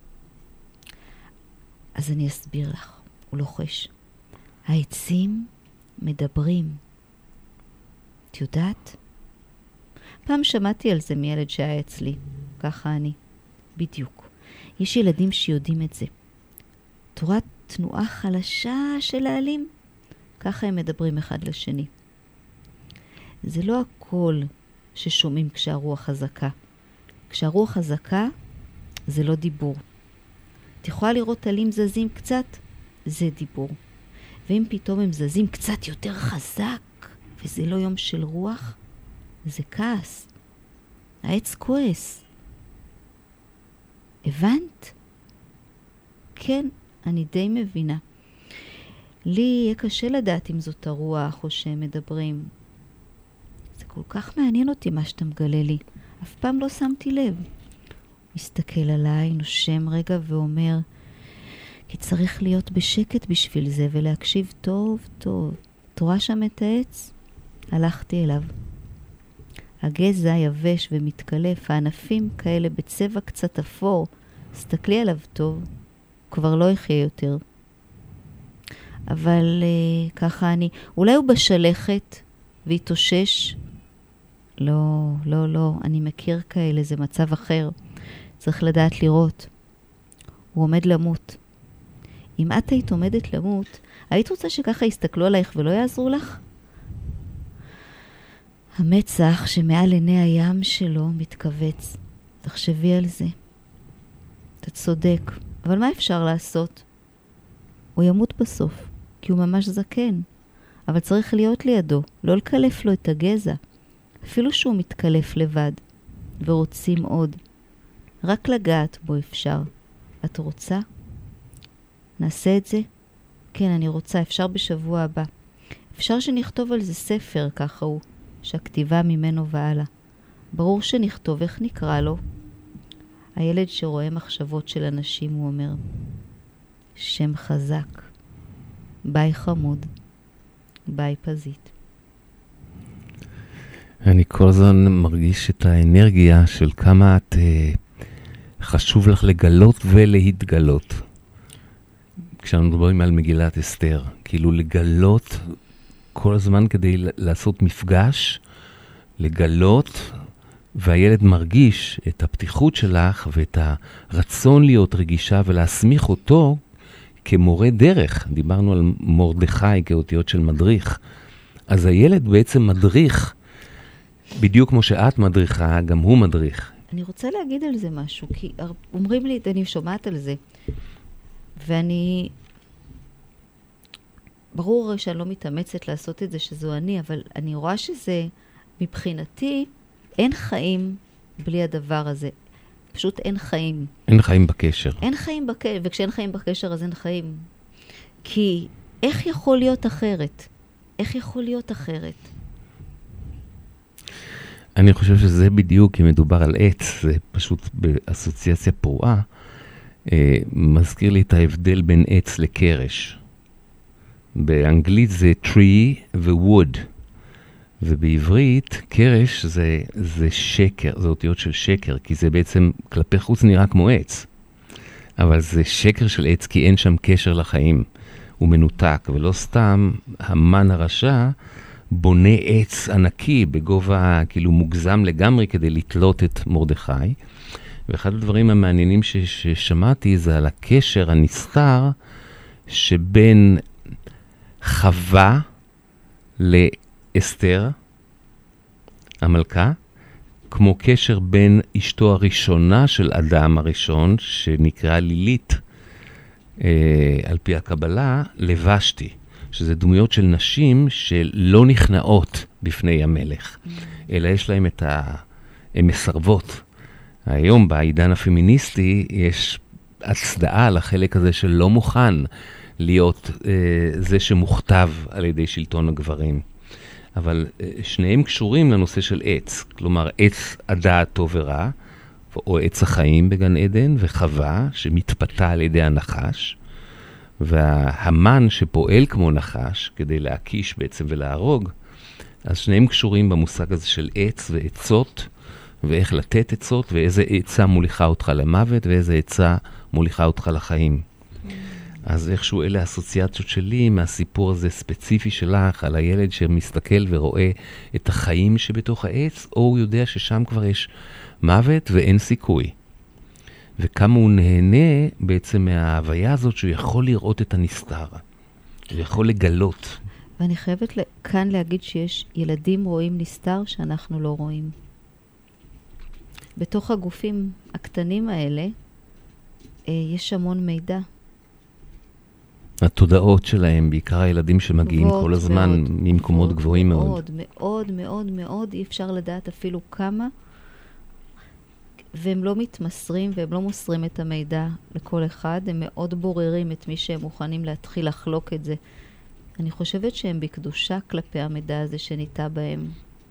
אז אני אסביר לך. הוא לוחש. העצים מדברים. את יודעת? פעם שמעתי על זה מילד שהיה אצלי. ככה אני. בדיוק. יש ילדים שיודעים את זה. תורת תנועה חלשה של העלים. ככה הם מדברים אחד לשני. זה לא הכל ששומעים כשהרוח חזקה. כשהרוח חזקה, זה לא דיבור. את יכולה לראות עלים זזים קצת, זה דיבור. ואם פתאום הם זזים קצת יותר חזק, וזה לא יום של רוח, זה כעס. העץ כועס. הבנת? כן, אני די מבינה. לי יהיה קשה לדעת אם זאת הרוח או שהם מדברים. זה כל כך מעניין אותי מה שאתה מגלה לי. אף פעם לא שמתי לב. מסתכל עליי, נושם רגע ואומר, כי צריך להיות בשקט בשביל זה ולהקשיב טוב טוב. את רואה שם את העץ? הלכתי אליו. הגזע יבש ומתקלף, הענפים כאלה בצבע קצת אפור. סתכלי עליו טוב, כבר לא יחיה יותר. אבל ככה אני, אולי הוא בשלכת והתאושש? לא, לא, לא, אני מכיר כאלה, זה מצב אחר. צריך לדעת לראות. הוא עומד למות. אם את היית עומדת למות, היית רוצה שככה יסתכלו עלייך ולא יעזרו לך? המצח שמעל עיני הים שלו מתכווץ. תחשבי על זה. אתה צודק, אבל מה אפשר לעשות? הוא ימות בסוף, כי הוא ממש זקן. אבל צריך להיות לידו, לא לקלף לו את הגזע. אפילו שהוא מתקלף לבד, ורוצים עוד. רק לגעת בו אפשר. את רוצה? נעשה את זה? כן, אני רוצה, אפשר בשבוע הבא. אפשר שנכתוב על זה ספר, ככה הוא, שהכתיבה ממנו ועלה. ברור שנכתוב, איך נקרא לו? הילד שרואה מחשבות של אנשים, הוא אומר, שם חזק. ביי חמוד. ביי פזית. אני כל הזמן מרגיש את האנרגיה של כמה את חשוב לך לגלות ולהתגלות. כשאנחנו מדברים על מגילת אסתר, כאילו לגלות כל הזמן כדי לעשות מפגש, לגלות, והילד מרגיש את הפתיחות שלך ואת הרצון להיות רגישה ולהסמיך אותו כמורה דרך. דיברנו על מרדכי כאותיות של מדריך. אז הילד בעצם מדריך, בדיוק כמו שאת מדריכה, גם הוא מדריך. אני רוצה להגיד על זה משהו, כי אומרים לי, אני שומעת על זה, ואני, ברור שאני לא מתאמצת לעשות את זה שזו אני, אבל אני רואה שזה, מבחינתי, אין חיים בלי הדבר הזה. פשוט אין חיים. אין חיים בקשר. אין חיים בקשר, וכשאין חיים בקשר אז אין חיים. כי איך יכול להיות אחרת? איך יכול להיות אחרת? אני חושב שזה בדיוק, אם מדובר על עץ, זה פשוט באסוציאציה פרועה, מזכיר לי את ההבדל בין עץ לקרש. באנגלית זה tree ו-wood, ובעברית קרש זה שקר, זה אותיות של שקר, כי זה בעצם כלפי חוץ נראה כמו עץ. אבל זה שקר של עץ כי אין שם קשר לחיים. הוא מנותק, ולא סתם המן הרשע בונה עץ ענקי בגובה כאילו מוגזם לגמרי כדי לתלות את מרדכי. ואחד הדברים המעניינים ששמעתי זה על הקשר הנסתר שבין חווה לאסתר, המלכה, כמו קשר בין אשתו הראשונה של אדם הראשון, שנקרא לילית, על פי הקבלה, לבשתי, שזה דמויות של נשים שלא נכנעות בפני המלך, אלא יש להם הן מסרבות. היום בעידן הפמיניסטי יש הצדעה לחלק הזה שלא מוכן להיות זה שמוכתב על ידי שלטון הגברים. אבל שניהם קשורים לנושא של עץ, כלומר עץ הדעת טוב ורע, או עץ החיים בגן עדן, וחווה שמתפתה על ידי הנחש, והמן שפועל כמו נחש כדי להקיש בעצם ולהרוג, אז שניהם קשורים במושג הזה של עץ ועצות, ואיך לתת עצות, ואיזה עצה מוליכה אותך למוות, ואיזה עצה מוליכה אותך לחיים. אז איכשהו אלה האסוציאציות שלי מהסיפור הזה ספציפי שלך, על הילד שמסתכל ורואה את החיים שבתוך העץ, או הוא יודע ששם כבר יש מוות ואין סיכוי. וכמה הוא נהנה בעצם מההוויה הזאת שהוא יכול לראות את הנסתר. הוא יכול לגלות. ואני חייבת כאן להגיד שיש ילדים רואים נסתר שאנחנו לא רואים. בתוך הגופים הקטנים האלה יש המון מידע. התודעות שלהם, בעיקר הילדים שמגיעים כל הזמן ממקומות גבוהים מאוד. מאוד, מאוד, מאוד, מאוד, אי אפשר לדעת אפילו כמה, והם לא מתמסרים והם לא מוסרים את המידע לכל אחד, הם מאוד בוררים את מי שהם מוכנים להתחיל לחלוק את זה. אני חושבת שהם בקדושה כלפי המידע הזה שניטע בהם.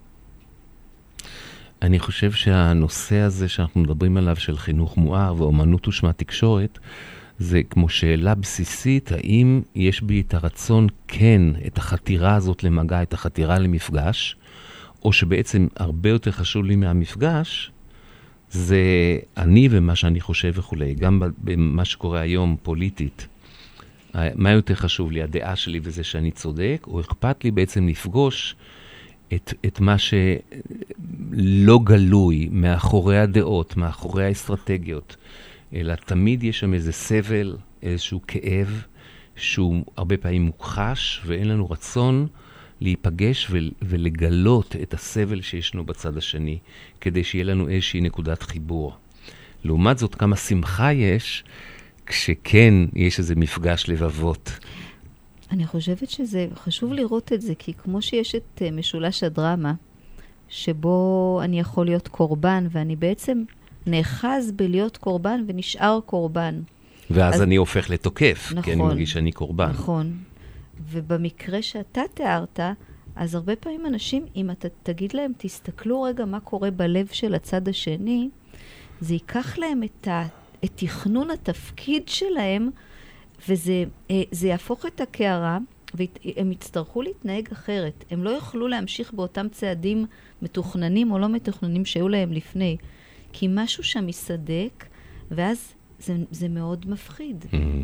אני חושב שהנושא הזה שאנחנו מדברים עליו של חינוך מואר ואומנות ושמה תקשורת, זה כמו שאלה בסיסית, האם יש בי את הרצון כן, את החתירה הזאת למגע, את החתירה למפגש, או שבעצם הרבה יותר חשוב לי מהמפגש, זה אני ומה שאני חושב וכולי, גם במה שקורה היום פוליטית. מה יותר חשוב לי, הדעה שלי וזה שאני צודק, או אכפת לי בעצם לפגוש את מה שלא גלוי מאחורי הדעות, מאחורי האסטרטגיות, אלא תמיד יש שם איזה סבל, איזשהו כאב, שהוא הרבה פעמים מוכחש, ואין לנו רצון להיפגש ולגלות את הסבל שישנו בצד השני, כדי שיהיה לנו איזושהי נקודת חיבור. לעומת זאת, כמה שמחה יש, כשכן יש איזה מפגש לבבות. אני חושבת שזה חשוב לראות את זה, כי כמו שיש את משולש הדרמה, שבו אני יכול להיות קורבן, ואני בעצם נאחז בלהיות קורבן ונשאר קורבן. ואז אני הופך לתוקף, נכון, כי אני מרגיש שאני קורבן. נכון. ובמקרה שאתה תיארת, אז הרבה פעמים אנשים, אם אתה תגיד להם, תסתכלו רגע מה קורה בלב של הצד השני, זה ייקח להם את תכנון התפקיד שלהם, וזה יהפוך את הקערה, והם יצטרכו להתנהג אחרת. הם לא יוכלו להמשיך באותם צעדים מתוכננים או לא מתוכננים שהיו להם לפני. כי משהו שם יסדק, ואז זה מאוד מפחיד.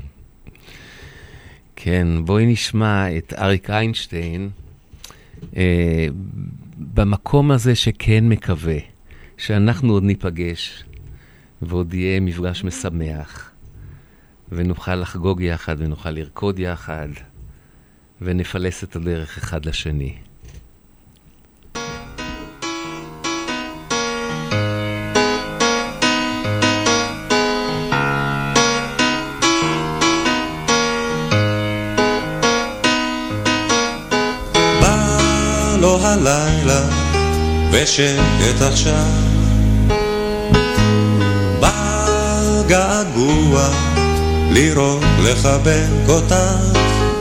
כן, בואי נשמע את אריק איינשטיין, במקום הזה שכן מקווה, שאנחנו עוד ניפגש, ועוד יהיה מפגש משמח, ונוכל לחגוג יחד, ונוכל לרקוד יחד, ונפלס את הדרך אחד לשני. בא לו הלילה ושקט עכשיו, בא געגוע לראות לחבק אותך,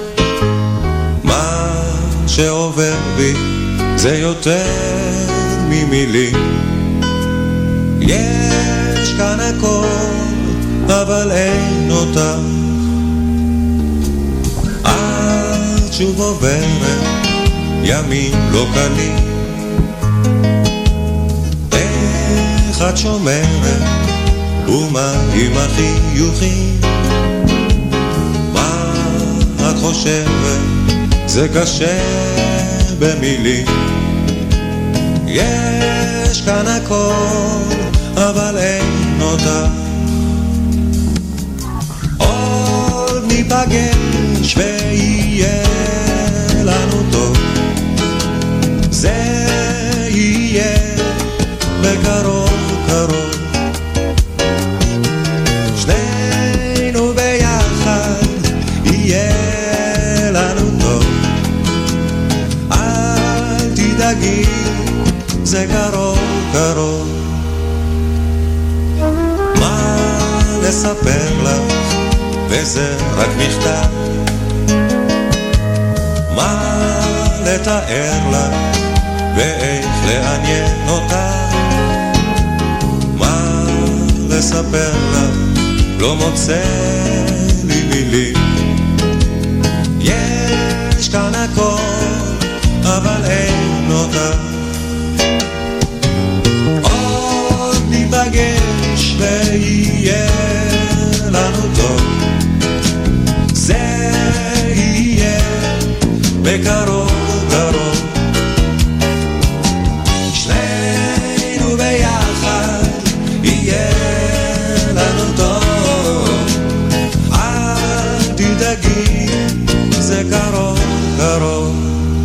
מה שעובר בי זה יותר ממילים, יש כאן הכל אבל אין אותך, את שוב עוברת ימים לא קלים, איך את שומרת ומה עם החיוכים, מה את חושבת זה קשה במילים, יש כאן הכל אבל אין אותך, עוד ניפגש ויהיה לנו טוב, זה יהיה בקרוב תדאגי, זה קרוב קרוב. מה לספר לך, וזה רק מכתב. מה לתאר לך, ואיך לעניין אותה. מה לספר לך, לא מוצא לי מילים. יש כאן הכל, אבל אין אותה. עוד ניפגש ויהיה לנו טוב. זה יהיה בקרוב קרוב. שנינו ביחד יהיה לנו טוב. אל תדאגי, זה קרוב קרוב.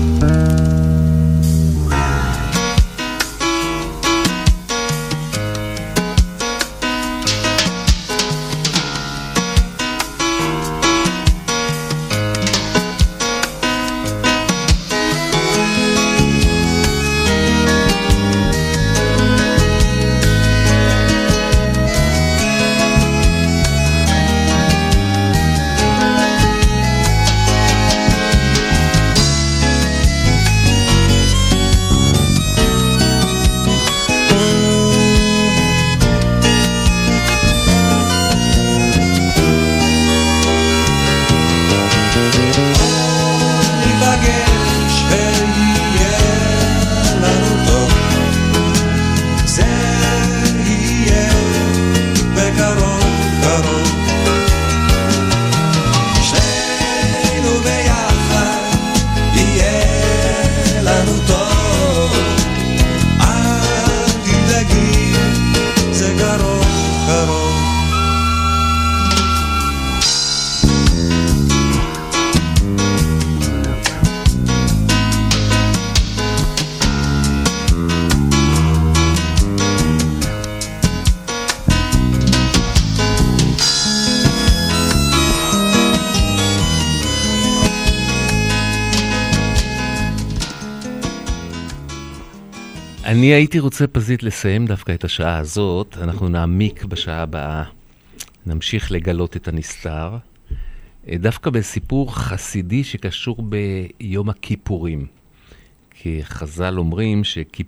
אני הייתי רוצה פזית לסיים דווקא את השעה הזאת. אנחנו נעמיק בשעה הבאה, נמשיך לגלות את הנסתר, דווקא בסיפור חסידי שקשור ביום הכיפורים. כי חז"ל אומרים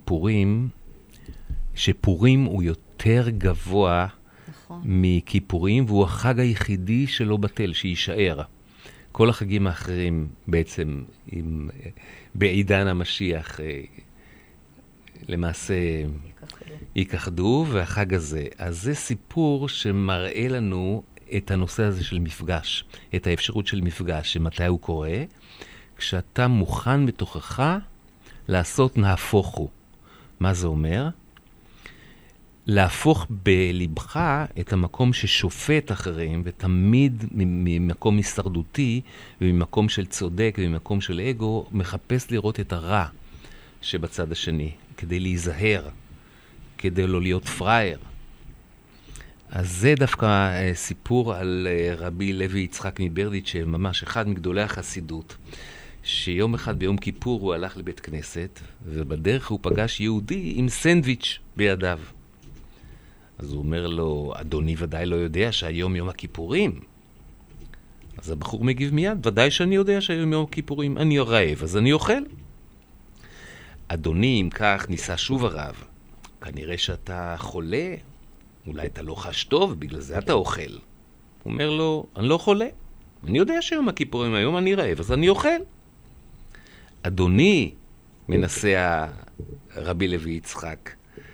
שפורים הוא יותר גבוה מכיפורים, והוא החג היחידי שלא בטל, שישאר. כל החגים האחרים בעצם בעידן המשיח למעשה ייכחדו, והחג הזה. אז זה סיפור שמראה לנו את הנושא הזה של מפגש, את האפשרות של מפגש, שמתי הוא קורה, כשאתה מוכן בתוכך לעשות נהפוך הוא. מה זה אומר? להפוך בלבך את המקום ששופט אחרים, ותמיד ממקום הישרדותי, וממקום של צודק, וממקום של אגו, מחפש לראות את הרע שבצד השני, כדי להיזהר, כדי לא להיות פראייר. אז זה דווקא סיפור על רבי לוי יצחק מברדיץ', שממש אחד מגדולי החסידות, שיום אחד ביום כיפור הוא הלך לבית כנסת, ובדרך הוא פגש יהודי עם סנדוויץ' בידיו. אז הוא אומר לו, אדוני ודאי לא יודע שהיום יום הכיפורים. אז הבחור מגיב מיד, ודאי שאני יודע שהיום יום הכיפורים, אני רעב, אז אני אוכל. אדוני, אם כך, ניסה שוב הרב. כנראה שאתה חולה, אולי אתה לא חש טוב, בגלל זה אתה אוכל. הוא אומר לו, אני לא חולה. אני יודע שיום הכיפורים היום אני רעב, אז אני אוכל. אדוני, מנסה רבי לוי יצחק,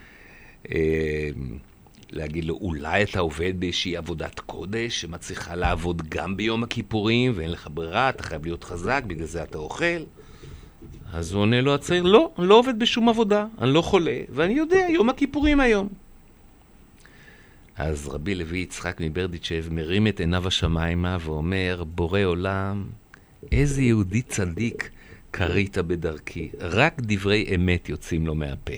להגיד לו, אולי אתה עובד באיזושהי עבודת קודש, שמצליחה לעבוד גם ביום הכיפורים, ואין לך ברירה, אתה חייב להיות חזק, בגלל זה אתה אוכל. אז הוא עונה לו הצעיר, לא, אני לא עובד בשום עבודה, אני לא חולה, ואני יודע, יום הכיפורים היום. אז רבי לוי יצחק מברדיצ'ב מרים את עיניו השמיימה ואומר, בורא עולם, איזה יהודי צדיק קרית בדרכי, רק דברי אמת יוצאים לו מהפה.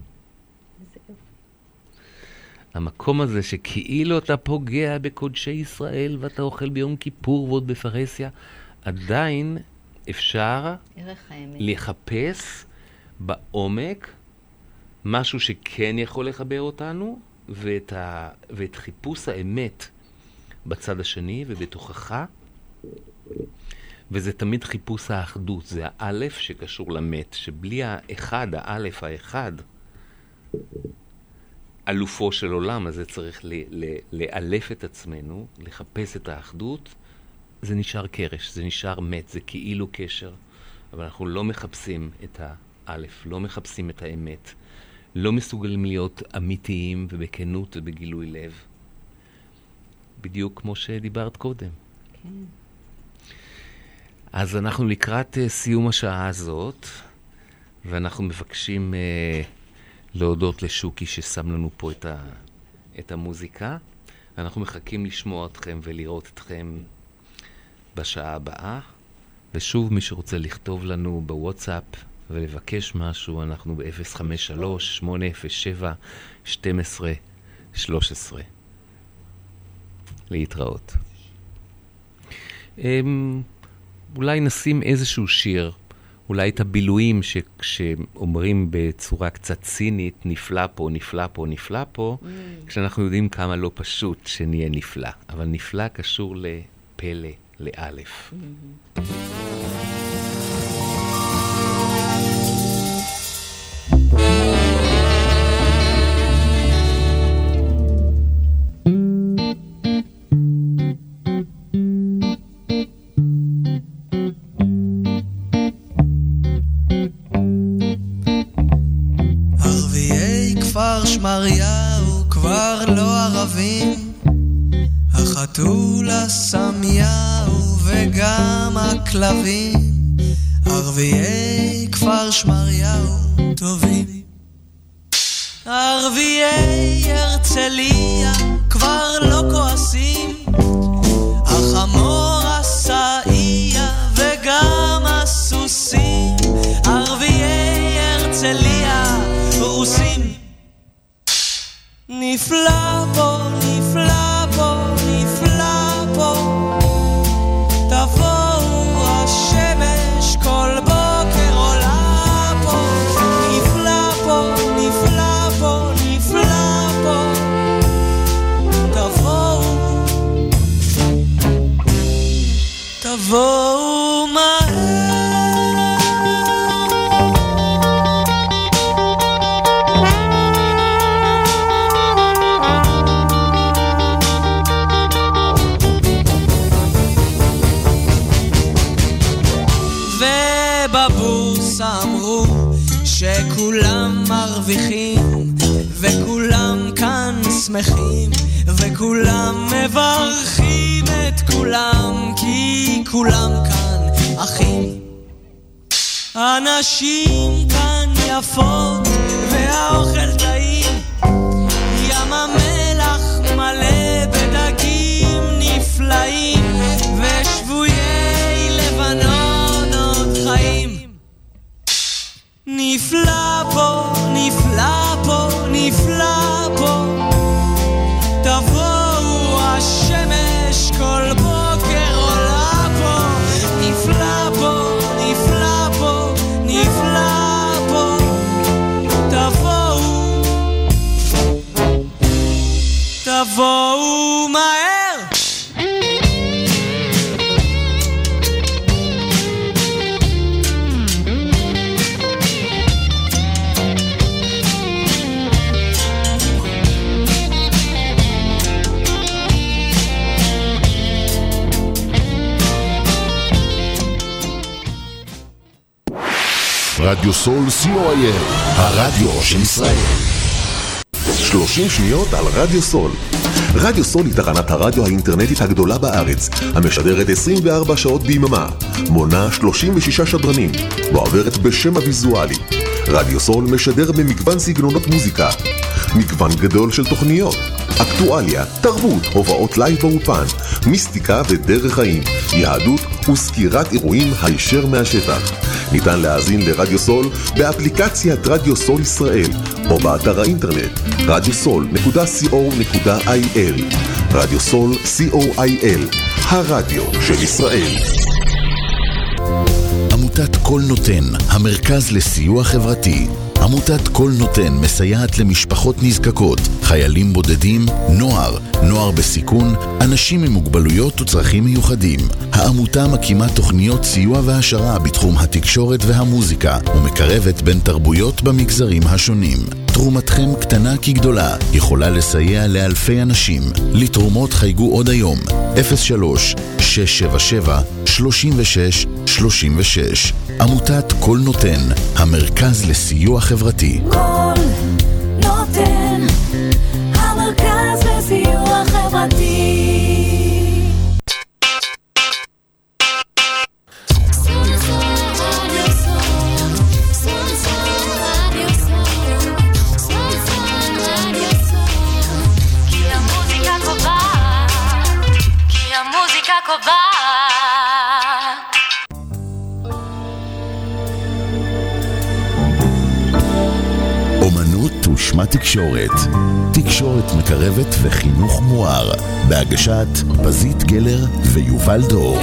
המקום הזה שכאילו אתה פוגע בקודשי ישראל ואתה אוכל ביום כיפור ועוד בפרהסיה, עדיין אפשר לחפש בעומק, משהו שכן יכול לחבר אותנו, ואת חיפוש האמת בצד השני ובתוכחה, וזה תמיד חיפוש האחדות, זה האלף שקשור למת, שבלי האחד, האלף האחד, אלופו של עולם, אז זה צריך לאלף את עצמנו, לחפש את האחדות, זה נשאר קרש, זה נשאר מת, זה כאילו קשר, אבל אנחנו לא מחפשים את האלף, לא מחפשים את האמת, לא מסוגלים להיות אמיתיים ובכנות ובגילוי לב. בדיוק כמו שדיברת קודם. כן. אז אנחנו לקראת סיום השעה הזאת, ואנחנו מבקשים להודות לשוקי ששם לנו פה את המוזיקה. אנחנו מחכים לשמוע אתכם ולראות אתכם בשעה הבאה. ושוב, מי שרוצה לכתוב לנו בוואטסאפ ולבקש משהו, אנחנו ב-053-807-1213. להתראות. אולי נשים איזשהו שיר, אולי את הבילויים שאומרים בצורה קצת צינית, נפלא פה, נפלא פה, נפלא פה, כשאנחנו יודעים כמה לא פשוט שנהיה נפלא. אבל נפלא קשור לפלא, לאלף. מריהו כבר לא ערבים, החתול הסמיהו וגם הכלבים, ערביי כפר שמריהו טובים. ערביי הרצליה כבר לא כועסים, החמור הסעיה וגם הסוסים, ערביי הרצליה רוסים. נפלא פה, נפלא פה, נפלא פה, תבואו השמש כל בוקר עולה פה, נפלא פה, נפלא פה, נפלא פה, תבואו מהר. אמרו שכולם מרוויחים וכולם כאן שמחים וכולם מברכים את כולם כי כולם כאן אחים. אנשים כאן יפות והאוכל טעים, ים המלח מלא בדגים נפלאים ושבויי לבנון עוד חיים. נפלא פה, נפלא פה, נפלא פה, תבואו השמש כל בוקר עולה פה, נפלא פה, נפלא פה, נפלא פה, תבואו מהר. רדיו סול co.il, הרדיו של ישראל. 30 שניות על רדיו סול. רדיו סול היא תחנת הרדיו האינטרנטית הגדולה בארץ, המשדרת 24 שעות ביממה, מונה 36 שדרנים, ועוברת בשם הוויזואלי. רדיו סול משדר במגוון סגנונות מוזיקה, מגוון גדול של תוכניות, אקטואליה, תרבות, הובאות לייב באופן, מיסטיקה ודרך חיים, יהדות וסקירת אירועים הישר מהשטח. ניתן להאזין לרדיו סול באפליקציית רדיו סול ישראל או באתר האינטרנט radiosol.co.il. רדיו סול co.il, הרדיו של ישראל. עמותת עמותת כל נותן, המרכז לסיוע חברתי. עמותת כל נותן מסייעת למשפחות נזקקות, חיילים בודדים, נוער בסיכון, אנשים עם מוגבלויות וצרכים מיוחדים. העמותה מקימה תוכניות סיוע והשרה בתחום התקשורת והמוזיקה, ומקרבת בין תרבויות במגזרים השונים. תרומתכם קטנה כגדולה, יכולה לסייע לאלפי אנשים. לתרומות חייגו עוד היום, 03-677-3636. עמותת כל נותן, המרכז לסיוע חברתי. כל נותן, המרכז לסיוע חברתי. אומנות ושמה תקשורת. תקשורת מקרבת וחינוך מואר. בהגשת פזית גלר ויובל דור.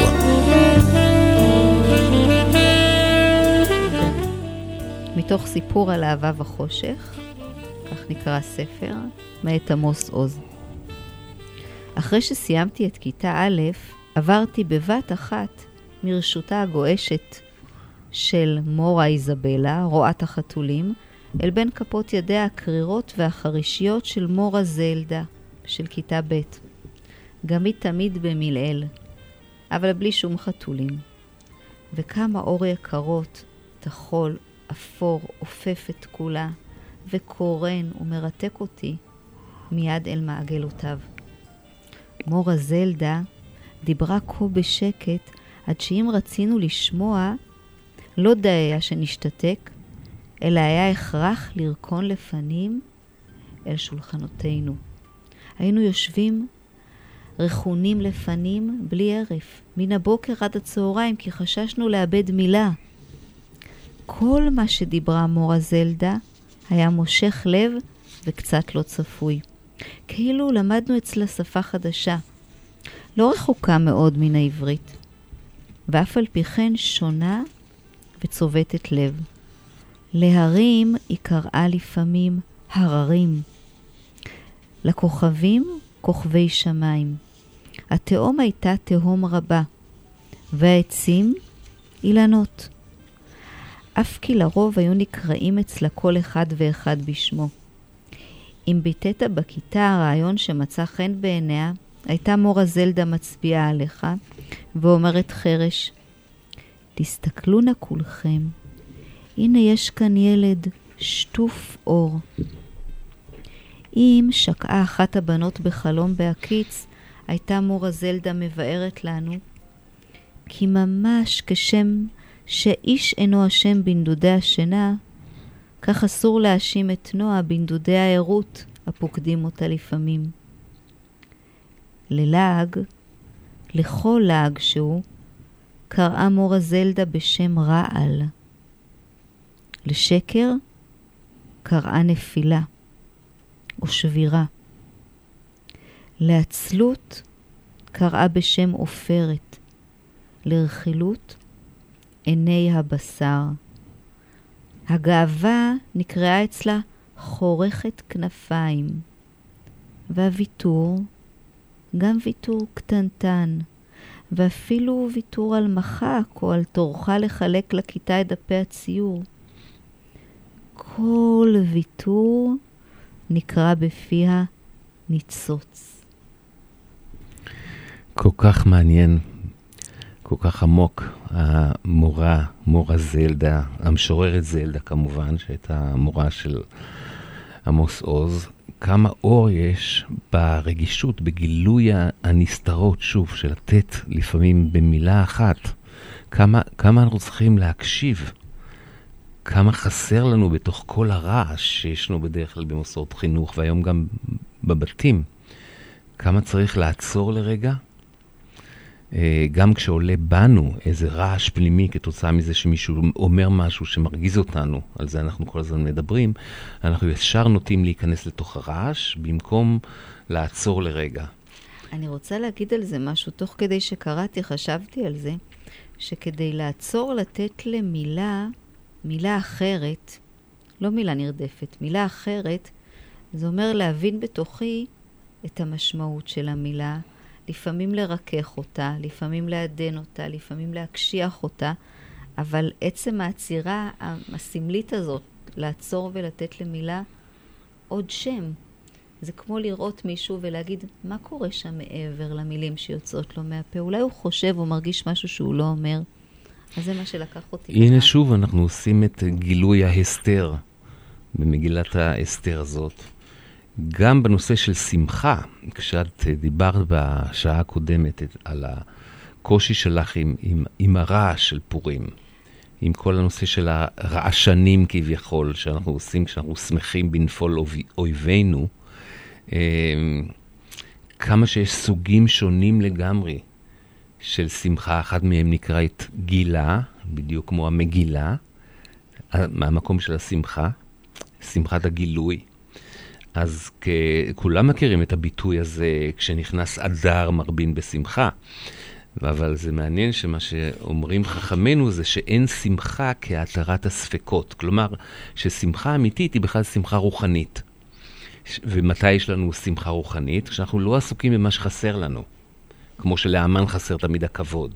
מתוך סיפור על אהבה וחושך, כך נקרא ספר, מאת עמוס עוז. אחרי שסיימתי את כיתה א', עברתי בבת אחת מרשותה הגועשת של מורה איזבלה, רועת החתולים, אל בין כפות ידיה הקרירות והחרישיות של מורה זלדה, של כיתה ב'. גם היא תמיד במילאל, אבל בלי שום חתולים. וכמה אור יקרות, תחול, אפור, עופף את כולה, וקורן ומרתק אותי מיד אל מעגלותיו. מורה זלדה דיברה כה בשקט, עד שאם רצינו לשמוע, לא די היה שנשתתק, אלא היה הכרח לרקון לפנים אל שולחנותינו. היינו יושבים רכונים לפנים בלי ערף, מן הבוקר עד הצהריים, כי חששנו לאבד מילה. כל מה שדיברה מורה זלדה היה מושך לב וקצת לא צפוי. כאילו למדנו אצלה שפה חדשה, לא רחוקה מאוד מן העברית, ואף על פי כן שונה וצובטת לב. להרים היא קראה לפעמים הררים, לכוכבים כוכבי שמיים. התהום הייתה תהום רבה, והעצים אילנות. אף כי לרוב היו נקראים אצלה כל אחד ואחד בשמו. אם ביטאת בכיתה הרעיון שמצא חן בעיניה, הייתה מורה זלדה מצביעה עליך ואומרת חרש, תסתכלו נא כולכם, הנה יש כאן ילד שטוף אור. אם שקעה אחת הבנות בחלום בהקיץ, הייתה מורה זלדה מבארת לנו, כי ממש כשם שאיש אינו אשם בנדודי השינה, כך אסור להאשים את נועה בנדודי העירות הפוקדים אותה לפעמים. ללעג, לכל לעג שהוא, קראה מורה זלדה בשם רעל. לשקר קראה נפילה או שבירה. לעצלות קראה בשם עופרת. לרכילות עיני הבשר. הגאווה נקראה אצלה חורכת כנפיים. והוויתור, גם ויתור קטנטן, ואפילו ויתור על מחק או על תורך לחלק לכיתה את דפי הציור. כל ויתור נקרא בפיה ניצוץ. כל כך מעניין, כל כך עמוק, מורה זלדה, המשוררת זלדה כמובן, שהייתה מורה של עמוס עוז, כמה אור יש ברגישות, בגילוי הנסתרות, שוב, של לתת לפעמים במילה אחת, כמה אנחנו צריכים להקשיב, כמה חסר לנו בתוך כל הרעש שישנו בדרך כלל במוסדות חינוך, והיום גם בבתים, כמה צריך לעצור לרגע, גם כשעולה בנו איזה רעש פנימי כתוצאה מזה שמישהו אומר משהו שמרגיז אותנו, על זה אנחנו כל הזמן מדברים, אנחנו ישר נוטים להיכנס לתוך הרעש במקום לעצור לרגע. אני רוצה להגיד על זה משהו, תוך כדי שקראתי חשבתי על זה, שכדי לעצור לתת למילה, מילה אחרת, לא מילה נרדפת, מילה אחרת, זה אומר להבין בתוכי את המשמעות של המילה, לפעמים לרכך אותה, לפעמים לעדן אותה, לפעמים להקשיח אותה, אבל עצם העצירה הסמלית הזאת, לעצור ולתת למילה עוד שם. זה כמו לראות מישהו ולהגיד, מה קורה שם מעבר למילים שיוצאות לו מהפה? אולי הוא חושב או מרגיש משהו שהוא לא אומר. אז זה מה שלקח אותי. הנה שוב, אנחנו עושים את גילוי ההסתר במגילת ההסתר הזאת. גם בנושא של שמחה, כשאת דיברת בשעה הקודמת על הקושי שלך עם הרעש של פורים, עם כל הנושא של הרעשנים כביכול, שאנחנו עושים כשאנחנו שמחים בנפול אויבינו, כמה שיש סוגים שונים לגמרי של שמחה. אחד מהם נקרא את גילה, בדיוק כמו המגילה, מהמקום של השמחה, שמחת הגילוי. אז כולם מכירים את הביטוי הזה, כשנכנס אדר מרבין בשמחה. אבל זה מעניין שמה שאומרים חכמינו זה שאין שמחה כהתרת הספקות. כלומר, ששמחה אמיתית היא בכלל שמחה רוחנית. ומתי יש לנו שמחה רוחנית? כשאנחנו לא עסוקים במה שחסר לנו. כמו שלאמן חסר תמיד הכבוד.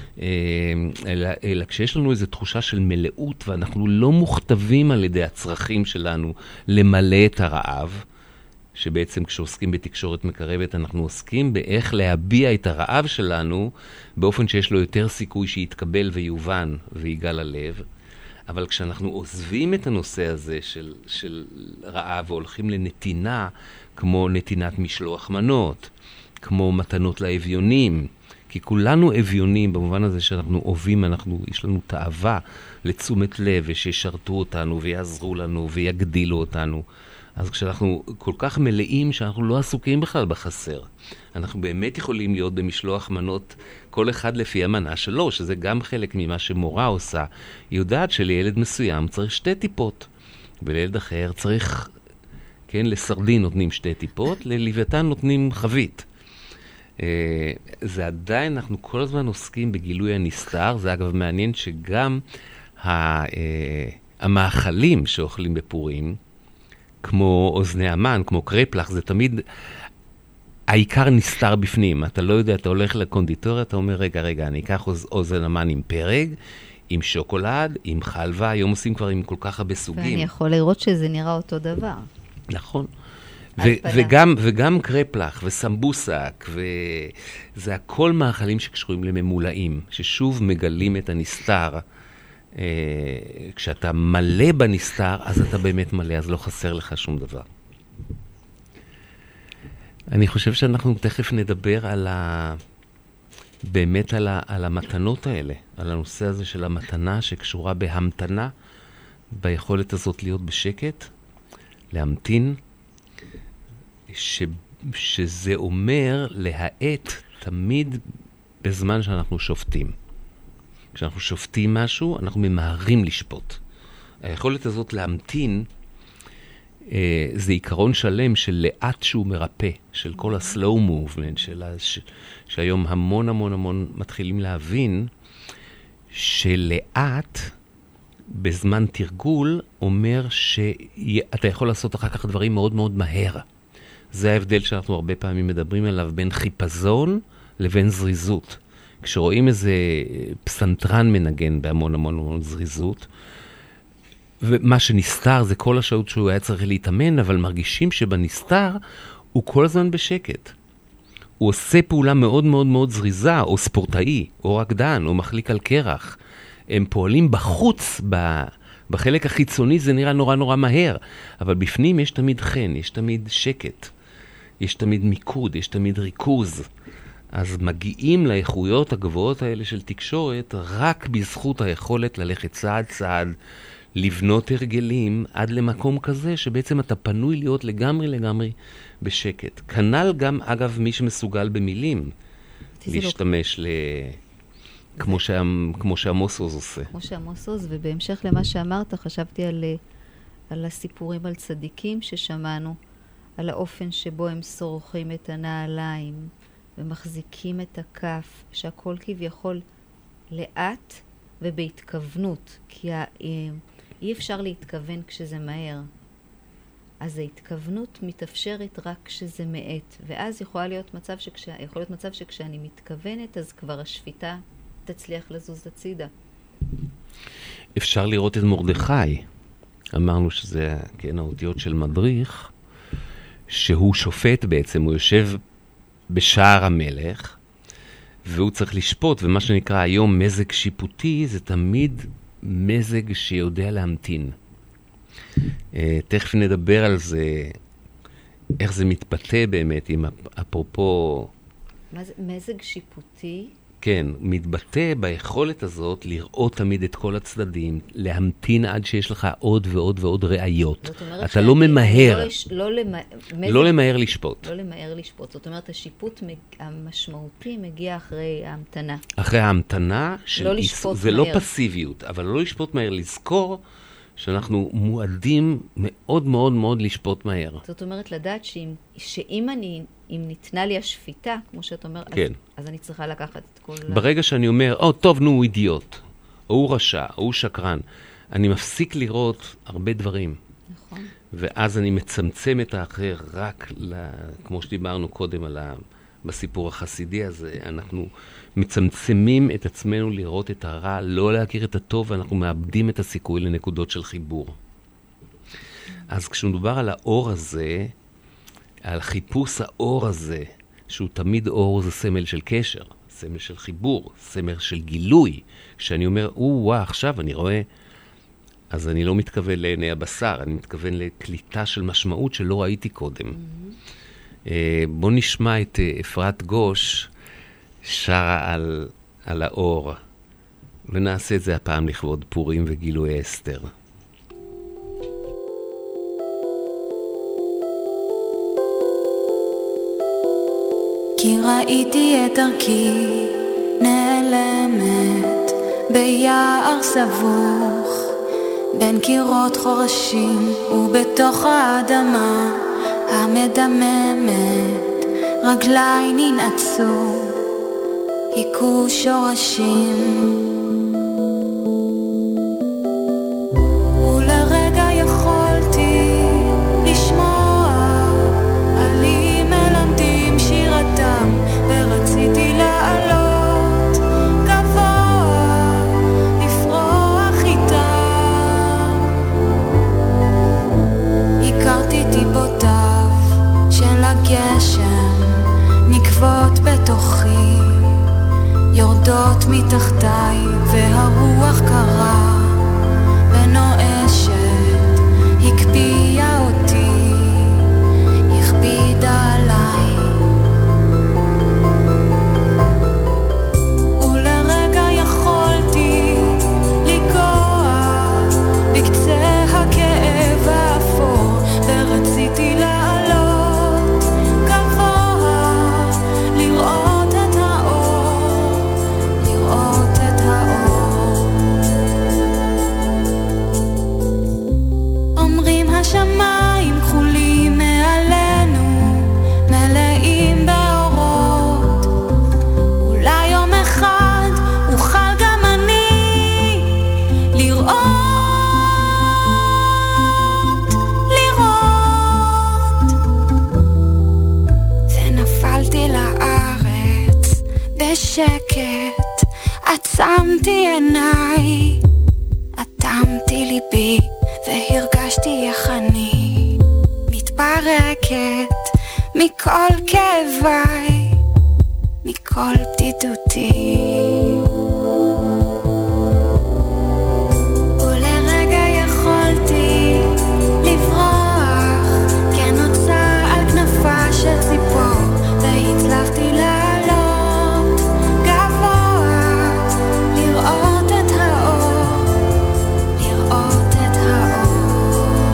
אלא כשיש לנו איזו תחושה של מלאות, ואנחנו לא מוכתבים על ידי הצרכים שלנו למלא את הרעב, שבעצם כשעוסקים בתקשורת מקרבת, אנחנו עוסקים באיך להביע את הרעב שלנו, באופן שיש לו יותר סיכוי שיתקבל ויובן ויגע ללב. אבל כשאנחנו עוזבים את הנושא הזה של רעב, והולכים לנתינה, כמו נתינת משלוח מנות, כמו מתנות לאביונים, כי כולנו אביונים במובן הזה שאנחנו אוהבים, יש לנו תאווה לתשומת לב, ושישרתו אותנו ויעזרו לנו ויגדילו אותנו. אז כשאנחנו כל כך מלאים שאנחנו לא עסוקים בכלל בחסר, אנחנו באמת יכולים להיות במשלוח מנות, כל אחד לפי המנה שלו, שזה גם חלק ממה שמורה עושה. היא יודעת שלילד מסוים צריך 2 טיפות, ולילד אחר צריך, כן, לסרדין נותנים 2 טיפות, ללוויתן נותנים חבית. זה עדיין, אנחנו כל הזמן עוסקים בגילוי הנסתר. זה אגב מעניין שגם המאכלים שאוכלים בפורים, כמו אוזני המן, כמו קרפלח, זה תמיד, העיקר נסתר בפנים. אתה לא יודע, אתה הולך לקונדיטוריה, אתה אומר, רגע, אני אקח אוזן המן עם פרג, עם שוקולד, עם חלבה, היום עושים כבר עם כל כך הרבה סוגים. ואני יכול לראות שזה נראה אותו דבר. נכון. וגם קרפלח וסמבוסק, וזה הכל מאכלים שקשורים לממולאים, ששוב מגלים את הנסתר. כשאתה מלא בנסתר, אז אתה באמת מלא, אז לא חסר לך שום דבר. אני חושב שאנחנו תכף נדבר באמת על המתנות האלה, על הנושא הזה של המתנה שקשורה בהמתנה, ביכולת הזאת להיות בשקט, להמתין, שזה אומר להאט תמיד בזמן שאנחנו שופטים. כשאנחנו שופטים משהו, אנחנו ממהרים לשפוט. היכולת הזאת להמתין, זה עיקרון שלם של לאט שהוא מרפא, של כל ה-slow movement, שהיום המון מתחילים להבין, שלאט בזמן תרגול אומר שאתה יכול לעשות אחר כך דברים מאוד מאוד מהר. זה ההבדל שאנחנו הרבה פעמים מדברים עליו בין חיפזון לבין זריזות. כשרואים איזה פסנתרן מנגן בהמון זריזות, ומה שנסתר זה כל השעות שהוא היה צריך להתאמן, אבל מרגישים שבנסתר הוא כל הזמן בשקט. הוא עושה פעולה מאוד מאוד מאוד זריזה, או ספורטאי, או רקדן, או מחליק על קרח. הם פועלים בחוץ, בחלק החיצוני זה נראה נורא מהר, אבל בפנים יש תמיד חן, יש תמיד שקט, יש תמיד מיקוד, יש תמיד ריכוז. אז מגיעים לאיכויות הגבוהות האלה של תקשורת רק בזכות היכולת ללכת צעד, לבנות הרגלים עד למקום כזה שבעצם אתה פנוי להיות לגמרי בשקט. כנ"ל גם, אגב, מי שמסוגל במילים להשתמש כמו שעמוס עוז עושה. כמו שעמוס עוז, ובהמשך למה שאמרת, חשבתי על הסיפורים על צדיקים ששמענו, על האופן שבו הם שורחים את הנעליים, ומחזיקים את הכף, שהכל כביכול לאט ובהתכוונות, כי אי אפשר להתכוון כשזה מהר. אז ההתכוונות מתאפשרת רק כשזה מעט, ואז יכול להיות מצב שכשאני מתכוונת, אז כבר השפיטה תצליח לזוז הצידה. אפשר לראות את מרדכי. אמרנו שזה, כן, האותיות של מדריך, שהוא שופט בעצם, הוא יושב בשער המלך, והוא צריך לשפוט, ומה שנקרא היום מזג שיפוטי, זה תמיד מזג שיודע להמתין. תכף נדבר על זה, איך זה מתבטא באמת, עם אפרופו... מה זה מזג שיפוטי? כן, מתבטא ביכולת הזאת לראות תמיד את כל הצדדים, להמתין עד שיש לך עוד ועוד ועוד ראיות. אתה לא ממהר. לא למהר לשפוט. לא למהר לשפוט. זאת אומרת, השיפוט המשמעותי מגיע אחרי ההמתנה. אחרי ההמתנה, לא לשפוט זה מהר. לא פסיביות, אבל לא לשפוט מהר, לזכור שאנחנו מועדים מאוד מאוד מאוד לשפוט מהר. זאת אומרת, לדעת שאם ניתנה לי השפיטה, כמו שאת אומר, כן. אז אני צריכה לקחת את כל... ברגע שאני אומר, טוב, נו, הוא אידיוט, או הוא רשע, או הוא שקרן, אני מפסיק לראות הרבה דברים. נכון. ואז אני מצמצם את האחר רק, כמו שדיברנו קודם בסיפור החסידי הזה, אנחנו מצמצמים את עצמנו לראות את הרע, לא להכיר את הטוב, ואנחנו מאבדים את הסיכוי לנקודות של חיבור. אז כשמדובר על האור הזה, על חיפוש האור הזה, שהוא תמיד אור, זה סמל של קשר, סמל של חיבור, סמל של גילוי. כשאני אומר, וואו, עכשיו אני רואה, אז אני לא מתכוון לעיני הבשר, אני מתכוון לקליטה של משמעות שלא ראיתי קודם. בוא נשמע את אפרת גוש שרה על האור, ונעשה את זה הפעם לכבוד פורים וגילוי אסתר. כי ראיתי את דרכי נעלמת ביער סבוך בין קירות חורשים ובתוך האדמה המדממת רגליי ננעצו היכו שורשים ולרגע יכולתי לשמוע עלי מלמדים שירתם ורציתי לעלות גבוה לפרוח איתם הכרתי טיפותיו של הגשם נקבות בתוכי יורדות מתחתיי והרוח קרה ונואשת הקפיאה אותי הכבידה עליי ולרגע יכולתי לגוע בקצה הכאב האפור ורציתי לעלות גבוה לראות את האור לראות את האור אומרים השמיים כחולים מעלינו מלאים באורות אולי יום אחד אוכל גם אני לראות ונפלתי לארץ בשקט עצמתי עיניי אטמתי ליבי והרגשתי איך אני מתפרקת מכל כאביי מכל בדידותי ולרגע יכולתי לברוח כנוצה על כנפה של ציפור והצלחתי לעלות גבוה לראות את האור לראות את האור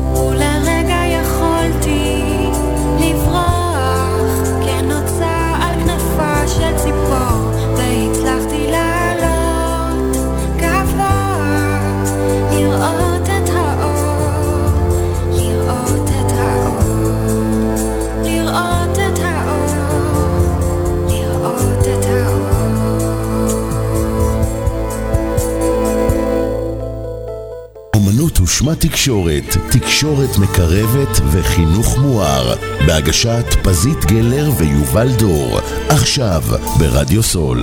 ולרגע יכולתי לברוח כנוצה על משמע תקשורת, תקשורת מקרבת וחינוך מואר, בהגשת פזית גלר ויובל דור, עכשיו ברדיו סול.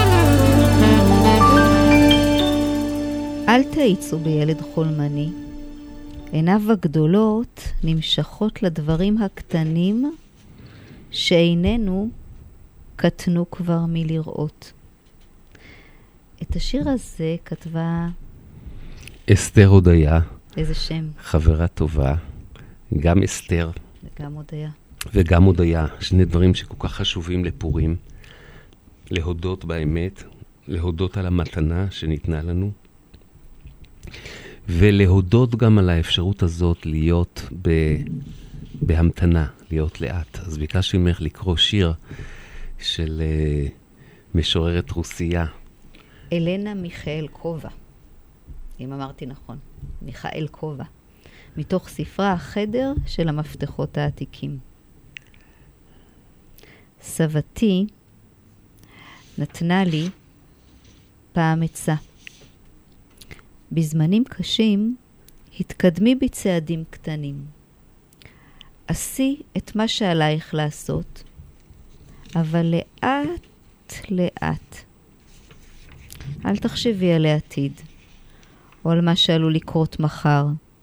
אל תאיצו בילד חולמני. עיניו הגדולות נמשכות לדברים הקטנים שאיננו קטנו כבר מלראות. את השיר הזה כתבה אסתר הודיה. איזה שם? חברה טובה. גם אסתר. וגם הודיה. וגם הודיה. שני דברים שכל כך חשובים לפורים. להודות באמת, להודות על המתנה שניתנה לנו, ולהודות גם על האפשרות הזאת להיות בהמתנה, להיות לאט. אז ביקשתי ממך לקרוא שיר של משוררת רוסייה. אלנה מיכאלקובה, אם אמרתי נכון, מיכאלקובה, מתוך ספרה החדר של המפתחות העתיקים. סבתי נתנה לי פעם עצה. בזמנים קשים התקדמי בצעדים קטנים. עשי את מה שעלייך לעשות, אבל לאט לאט. אל תחשבי על העתיד, או על מה שעלול לקרות מחר.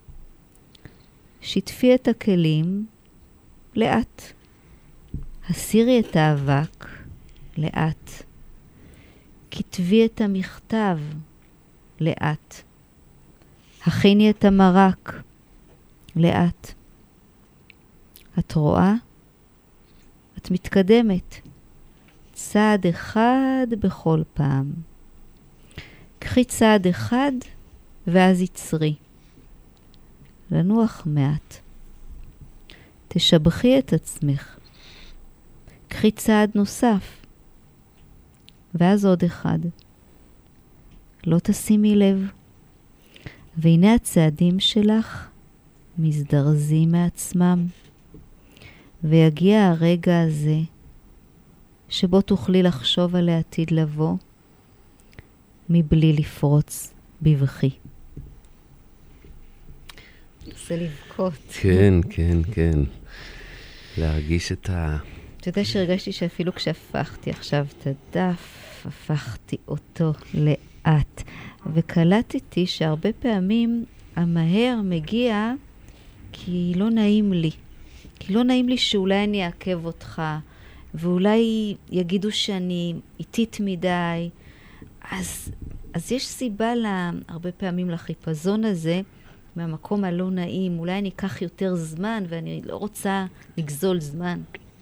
שתפי את הכלים לאט. הסירי את האבק לאט. כתבי את המכתב לאט. הכיני את המרק לאט. את רואה? את מתקדמת. צעד אחד בכל פעם. קחי צעד אחד ואז יצרי. לנוח מעט. תשבחי את עצמך. קחי צעד נוסף. ואז עוד אחד. לא תשימי לב. והנה הצעדים שלך מזדרזים מעצמם. ויגיע הרגע הזה שבו תוכלי לחשוב על העתיד לבוא מבלי לפרוץ בבכי. זה לבכות. כן, כן, כן. להרגיש את ה... אתה יודע שהרגשתי שאפילו כשהפכתי עכשיו את הדף, הפכתי אותו לאט. וקלטתי שהרבה פעמים המהר מגיע כי לא נעים לי. כי לא נעים לי שאולי אני אעכב אותך, ואולי יגידו שאני איטית מדי. אז יש סיבה הרבה פעמים לחיפזון הזה, מהמקום הלא נעים. אולי אני אקח יותר זמן, ואני לא רוצה לגזול זמן.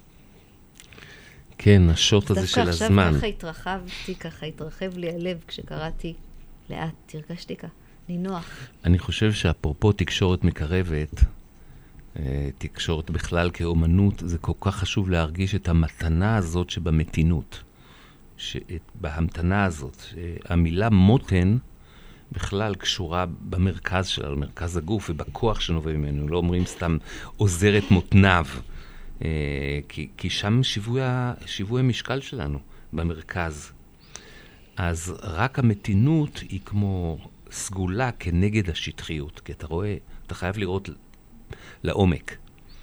כן, השוט הזה של הזמן. דווקא עכשיו ככה התרחב לי הלב כשקראתי לאט, תרגשתי ככה, נינוח. אני חושב שאפרופו תקשורת מקרבת, תקשורת בכלל כאומנות, זה כל כך חשוב להרגיש את המתנה הזאת שבמתינות, בהמתנה הזאת. המילה מותן בכלל קשורה במרכז שלה, במרכז הגוף ובכוח שנובע ממנו. לא אומרים סתם עוזרת מותניו, כי שם שיווי המשקל שלנו במרכז. אז רק המתינות היא כמו סגולה כנגד השטחיות, כי אתה רואה, אתה חייב לראות לעומק.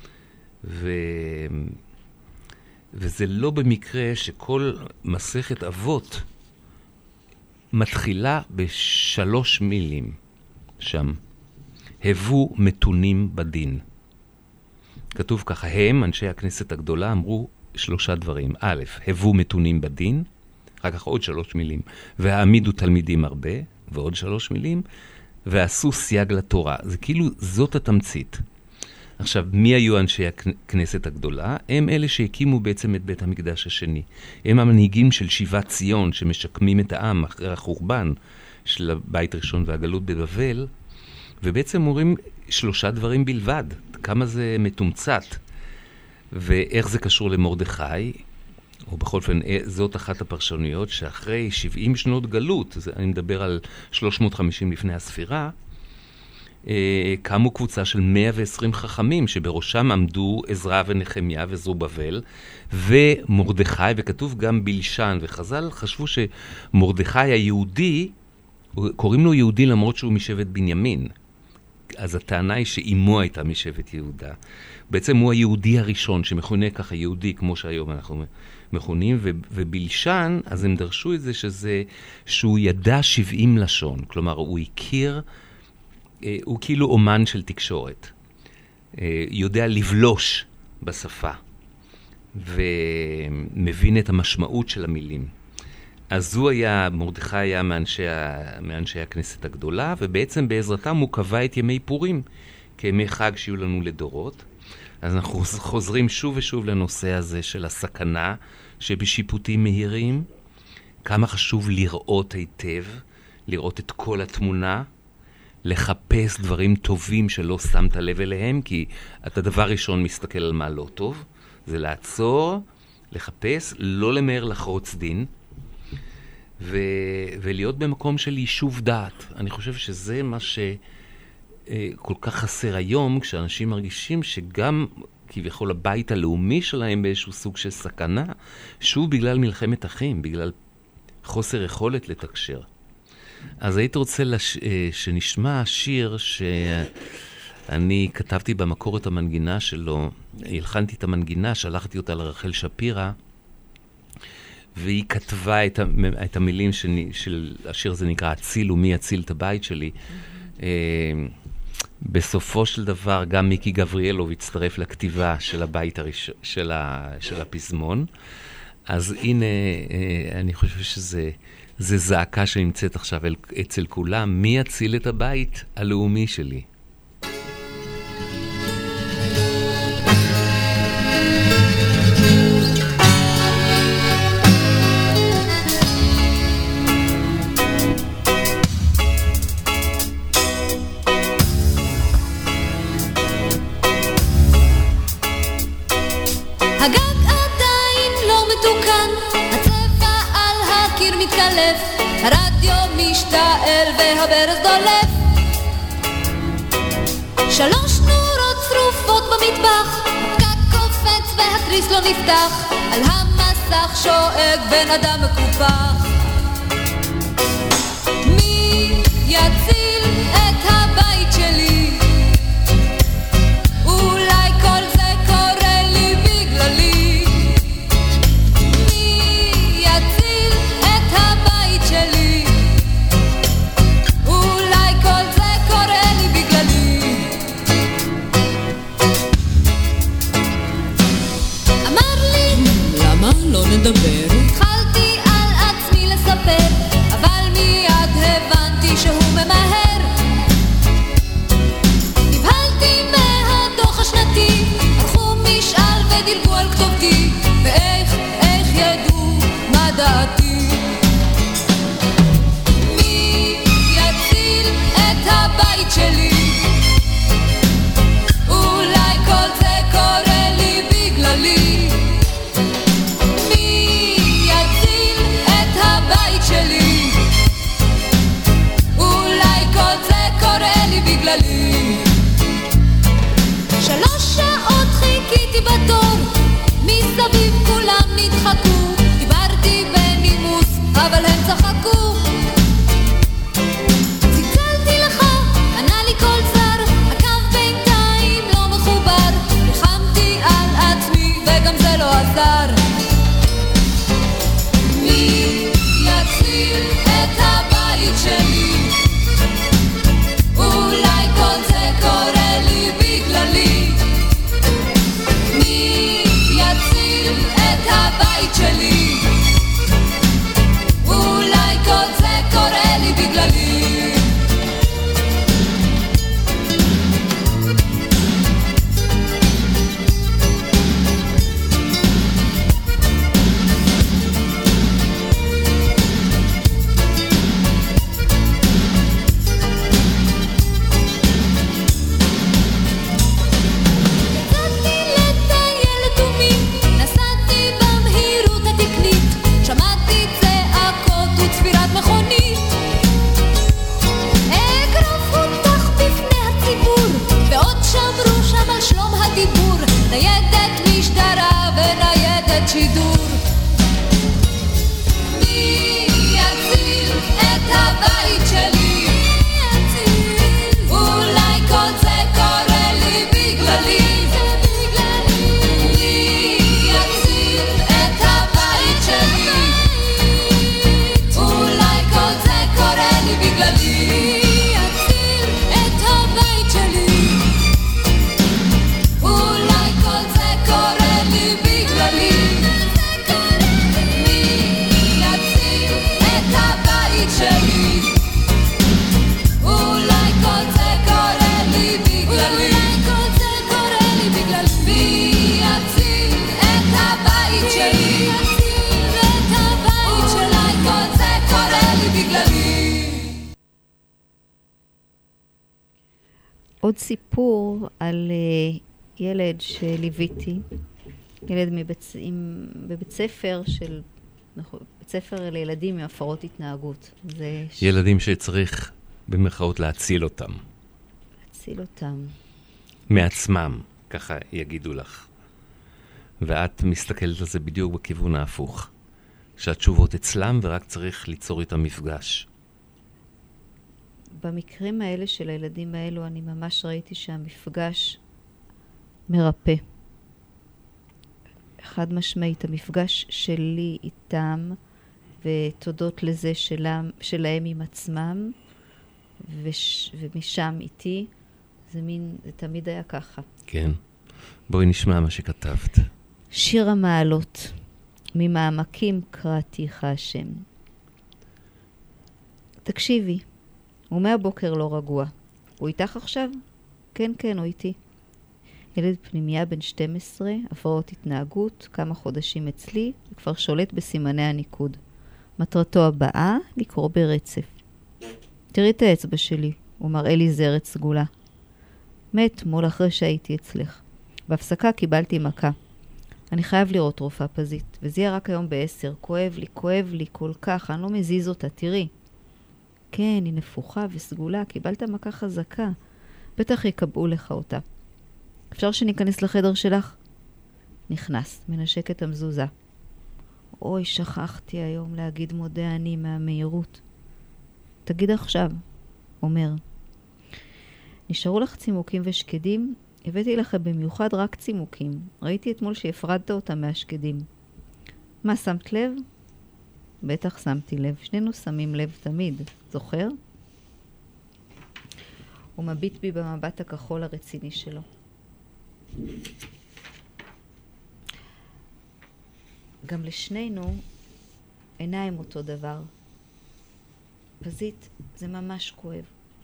וזה לא במקרה שכל מסכת אבות מתחילה ב3 מילים שם. הבו מתונים בדין. כתוב ככה, הם, אנשי הכנסת הגדולה, אמרו 3 דברים. א', הבו מתונים בדין, אחר כך עוד 3 מילים. והעמידו תלמידים הרבה, ועוד 3 מילים, ועשו סייג לתורה. זה כאילו, זאת התמצית. עכשיו, מי היו אנשי הכנסת הגדולה? הם אלה שהקימו בעצם את בית המקדש השני. הם המנהיגים של שיבת ציון, שמשקמים את העם אחרי החורבן של הבית ראשון והגלות בבבל, ובעצם אומרים 3 דברים בלבד. כמה זה מתומצת, ואיך זה קשור למרדכי, או בכל אופן, זאת אחת הפרשנויות, שאחרי 70 שנות גלות, אני מדבר על 350 לפני הספירה, קמו קבוצה של 120 חכמים, שבראשם עמדו עזרא ונחמיה וזרובבל, ומרדכי, וכתוב גם בלשן, וחז"ל חשבו שמרדכי היהודי, קוראים לו יהודי למרות שהוא משבט בנימין, אז הטענה היא שאימו הייתה משבט יהודה. בעצם הוא היהודי הראשון, שמכונה ככה יהודי, כמו שהיום אנחנו מכונים, ובלשן, אז הם דרשו את זה שהוא ידע 70 לשון. כלומר, הוא הכיר, הוא כאילו אומן של תקשורת. יודע לבלוש בשפה, ומבין את המשמעות של המילים. אז הוא היה, מרדכי היה מאנשי הכנסת הגדולה, ובעצם בעזרתם הוא קבע את ימי פורים, כימי חג שיהיו לנו לדורות. אז אנחנו חוזרים שוב ושוב לנושא הזה של הסכנה שבשיפוטים מהירים, כמה חשוב לראות היטב, לראות את כל התמונה, לחפש דברים טובים שלא שמת לב אליהם, כי אתה דבר ראשון מסתכל על מה לא טוב, זה לעצור, לחפש, לא למהר לחרוץ דין, ולהיות במקום של יישוב דעת. אני חושב שזה מה שכל כך חסר היום, כשאנשים מרגישים שגם כביכול הבית הלאומי שלהם באיזשהו סוג של סכנה, שוב בגלל מלחמת אחים, בגלל חוסר יכולת לתקשר. אז הייתי רוצה שנשמע שיר שאני כתבתי במקור את המנגינה שלו, הלחנתי את המנגינה, שלחתי אותה לרחל שפירא, והיא כתבה את המילים של השיר, זה נקרא הציל ומי יציל את הבית שלי. בסופו של דבר גם מיקי גבריאלוב הצטרף לכתיבה של הבית הראשון, של הפזמון. אז הנה, אני חושב שזה זעקה שנמצאת עכשיו אצל כולם, מי יציל את הבית הלאומי שלי? הגג עדיין לא מתוקן, הצבע על הקיר מתקלף, הרדיו משתעל והברז דולף, 3 נורות שרופות במטבח, הפקק קופץ והתריס לא נפתח, על המסך שואג בן אדם מקופח. מי יציל את הבית שלי? אולי כל זה קורה לי בגללי. מי יציל את הבית שלי? אולי כל זה קורה לי בגללי. אמר לי, למה לא נדבר? התחלתי על עצמי לספר, אבל מיד הבנתי שהוא ממהר. עוד סיפור על ילד שליוויתי, ילד בבית ספר בית ספר לילדים עם הפרות התנהגות. ילדים שצריך במרכאות להציל אותם. להציל אותם. מעצמם, ככה יגידו לך. ואת מסתכלת על זה בדיוק בכיוון ההפוך. שהתשובות אצלם ורק צריך ליצור איתם מפגש. במקרים האלה של הילדים האלו אני ממש ראיתי שהמפגש מרפא. חד משמעית, המפגש שלי איתם ותודות לזה שלהם עם עצמם ומשם איתי, זה תמיד היה ככה. כן. בואי נשמע מה שכתבת. שיר המעלות, ממעמקים קראתיך השם. תקשיבי, הוא מהבוקר לא רגוע. הוא איתך עכשיו? כן, הוא איתי. ילד פנימיה בן 12, הפרעות התנהגות, כמה חודשים אצלי, וכבר שולט בסימני הניקוד. מטרתו הבאה, לקרוא ברצף. תראי את האצבע שלי, הוא מראה לי זרת סגולה. מאתמול אחרי שהייתי אצלך. בהפסקה קיבלתי מכה. אני חייב לראות רופאה פזית, וזה יהיה רק היום ב10. כואב לי כל כך, אני לא מזיז אותה, תראי. כן, היא נפוחה וסגולה, קיבלת מכה חזקה. בטח יקבעו לך אותה. אפשר שניכנס לחדר שלך? נכנס, מנשק את המזוזה. אוי, שכחתי היום להגיד מודה אני מהמהירות. תגיד עכשיו, אומר. נשארו לך צימוקים ושקדים? הבאתי לך במיוחד רק צימוקים. ראיתי אתמול שהפרדת אותם מהשקדים. מה, שמת לב? בטח שמתי לב. שנינו שמים לב תמיד. זוכר? הוא מביט בי במבט הכחול הרציני שלו. גם לשנינו עיניים אותו דבר. פזית, זה ממש כואב.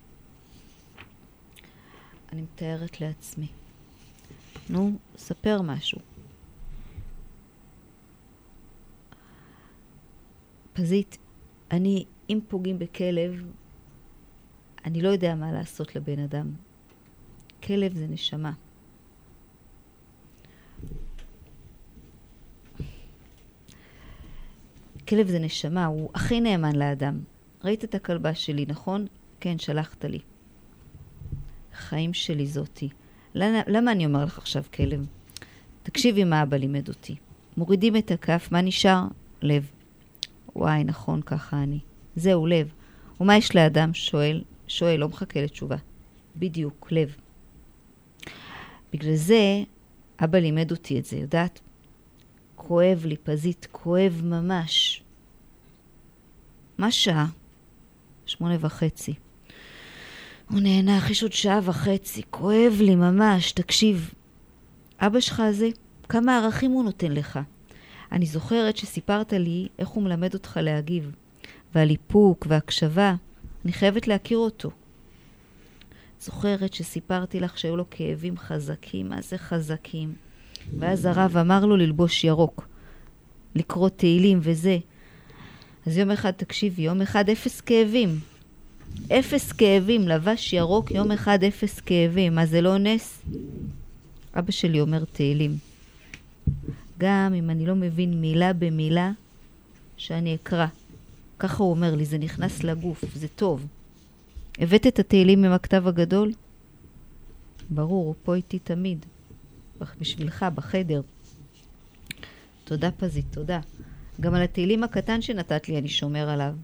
אני מתארת לעצמי. נו, ספר משהו. פזית, אם פוגעים בכלב, אני לא יודע מה לעשות לבן אדם. כלב זה נשמה. כלב זה נשמה, הוא הכי נאמן לאדם. ראית את הכלבה שלי, נכון? כן, שלחת לי. חיים שלי זאתי. למה אני אומר לך עכשיו כלב? תקשיבי מה אבא לימד אותי. מורידים את הכף, מה נשאר? לב. וואי, נכון, ככה אני. זהו, לב. ומה יש לאדם? שואל, לא מחכה לתשובה. בדיוק, לב. בגלל זה, אבא לימד אותי את זה, יודעת? כואב לי, פזית, כואב ממש. מה שעה? 8:30. הוא נהנה, יש עוד 1.5 שעה, כואב לי ממש, תקשיב. אבא שלך הזה, כמה ערכים הוא נותן לך. אני זוכרת שסיפרת לי איך הוא מלמד אותך להגיב, ועל איפוק והקשבה, אני חייבת להכיר אותו. זוכרת שסיפרתי לך שהיו לו כאבים חזקים, מה זה חזקים? ואז הרב אמר לו ללבוש ירוק, לקרוא תהילים וזה. אז יום אחד, תקשיבי, יום אחד 0 כאבים. 0 כאבים, לבש ירוק, יום אחד 0 כאבים. מה זה לא נס? אבא שלי אומר תהילים. גם אם אני לא מבין מילה במילה, שאני אקרא. ככה הוא אומר לי, זה נכנס לגוף, זה טוב. הבאת את התהילים עם הכתב הגדול? ברור, הוא פה איתי תמיד. בשבילך, בחדר. תודה פזית, תודה. גם על התהילים הקטן שנתת לי אני שומר עליו.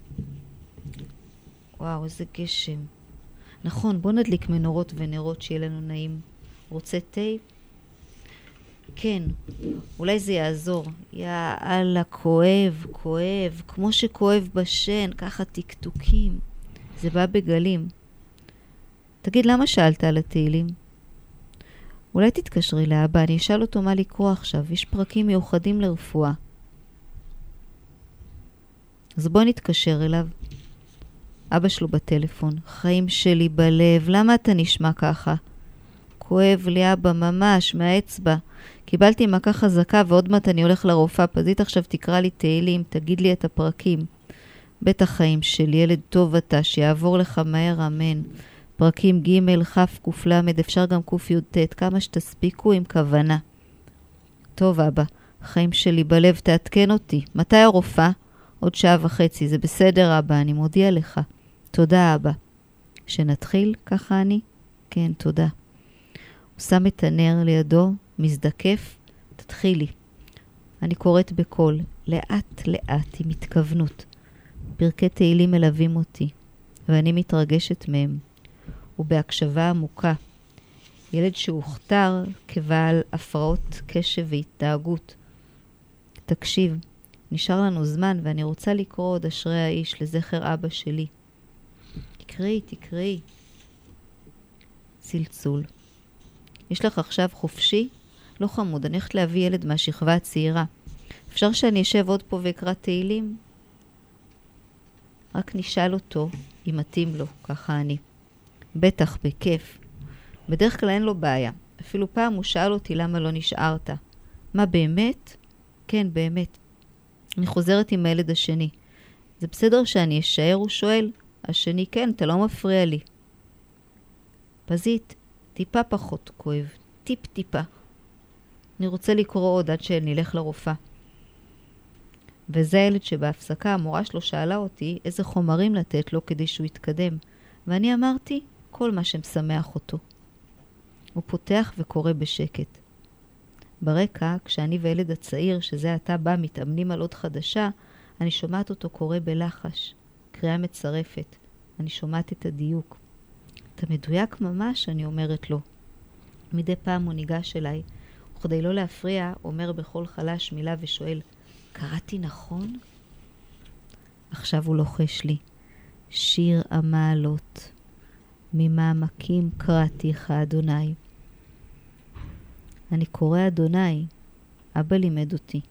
וואו, איזה גשם. נכון, בוא נדליק מנורות ונרות שיהיה לנו נעים. רוצה תה? כן, אולי זה יעזור. יאללה, כואב, כמו שכואב בשן, ככה טקטוקים. זה בא בגלים. תגיד, למה שאלת על התהילים? אולי תתקשרי לאבא, אני אשאל אותו מה לקרוא עכשיו. יש פרקים מיוחדים לרפואה. אז בוא נתקשר אליו. אבא שלו בטלפון. חיים שלי בלב, למה אתה נשמע ככה? כואב לי אבא ממש מהאצבע. קיבלתי מכה חזקה ועוד מעט אני הולך לרופאה. פזית עכשיו תקרא לי תהילים, תגיד לי את הפרקים. בית החיים שלי, ילד טוב אתה, שיעבור לך מהר, אמן. פרקים ג' ח' ק' ל', אפשר גם ק' י' ת', כמה שתספיקו עם כוונה. טוב אבא, חיים שלי בלב, תעדכן אותי. מתי הרופאה? עוד 1.5 שעות, זה בסדר אבא, אני מודיע לך. תודה אבא. שנתחיל? ככה אני? כן, תודה. הוא שם את הנר לידו, מזדקף, תתחילי. אני קוראת בקול, לאט לאט, עם התכוונות. פרקי תהילים מלווים אותי, ואני מתרגשת מהם. ובהקשבה עמוקה. ילד שהוכתר כבעל הפרעות קשב והתנהגות. תקשיב, נשאר לנו זמן ואני רוצה לקרוא עוד אשרי האיש לזכר אבא שלי. תקראי. צלצול. יש לך עכשיו חופשי? לא חמוד, אני הולכת להביא ילד מהשכבה הצעירה. אפשר שאני אשב עוד פה ואקרא תהילים? רק נשאל אותו אם מתאים לו, ככה אני. בטח, בכיף. בדרך כלל אין לו בעיה. אפילו פעם הוא שאל אותי למה לא נשארת. מה באמת? כן, באמת. אני חוזרת עם הילד השני. זה בסדר שאני אשאר? הוא שואל. השני, כן, אתה לא מפריע לי. פזית, טיפה פחות כואב. טיפה. אני רוצה לקרוא עוד עד שנלך לרופאה. וזה הילד שבהפסקה המורה שלו שאלה אותי איזה חומרים לתת לו כדי שהוא יתקדם. ואני אמרתי, כל מה שמשמח אותו. הוא פותח וקורא בשקט. ברקע, כשאני וילד הצעיר, שזה עתה בא, מתאמנים על עוד חדשה, אני שומעת אותו קורא בלחש. קריאה מצרפת. אני שומעת את הדיוק. אתה מדויק ממש, אני אומרת לו. מדי פעם הוא ניגש אליי, וכדי לא להפריע, אומר בכל חלש מילה ושואל, קראתי נכון? עכשיו הוא לוחש לי. שיר המעלות. ממעמקים קראתיך, אדוני. אני קורא אדוני. אבא לימד אותי.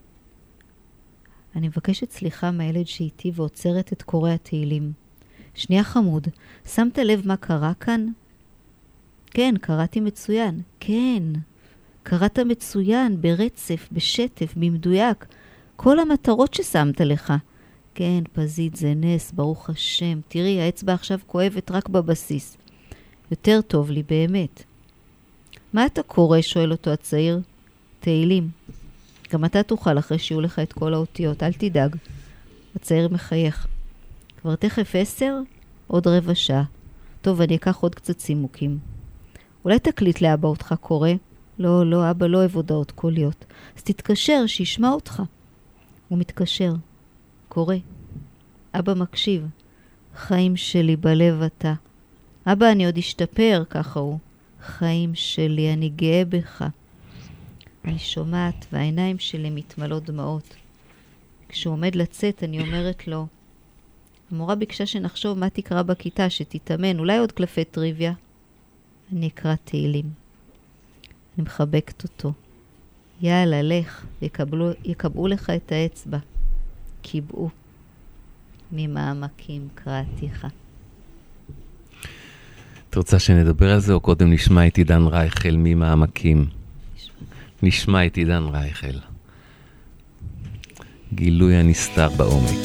אני מבקשת סליחה מהילד שאיתי ועוצרת את קורא התהילים. שנייה חמוד, שמת לב מה קרה כאן? כן, קראתי מצוין. כן, קראת מצוין, ברצף, בשטף, במדויק. כל המטרות ששמת לך. כן, פזית, זה נס, ברוך השם. תראי, האצבע עכשיו כואבת רק בבסיס. יותר טוב לי, באמת. מה אתה קורא? שואל אותו הצעיר. תהילים. גם אתה תוכל אחרי שיהיו לך את כל האותיות, אל תדאג. הצעיר מחייך. כבר תכף 10? עוד 15 שעה. טוב, אני אקח עוד קצת צימוקים. אולי תקליט לאבא אותך קורא? לא, אבא לא אוהב הודעות קוליות. אז תתקשר, שישמע אותך. הוא מתקשר. קורא. אבא מקשיב. חיים שלי בלב אתה. אבא, אני עוד אשתפר, ככה הוא. חיים שלי, אני גאה בך. אני שומעת והעיניים שלי מתמלות דמעות. כשהוא עומד לצאת, אני אומרת לו, המורה ביקשה שנחשוב מה תקרא בכיתה, שתתאמן, אולי עוד קלפי טריוויה. אני אקרא תהילים. אני מחבקת אותו. יאללה, לך, יקבעו לך את האצבע. קיבעו. ממעמקים קראתיך. את רוצה שנדבר על זה, או קודם נשמע את עידן רייכל ממעמקים? נשמע את עידן רייכל. גילוי הנסתר בעומק.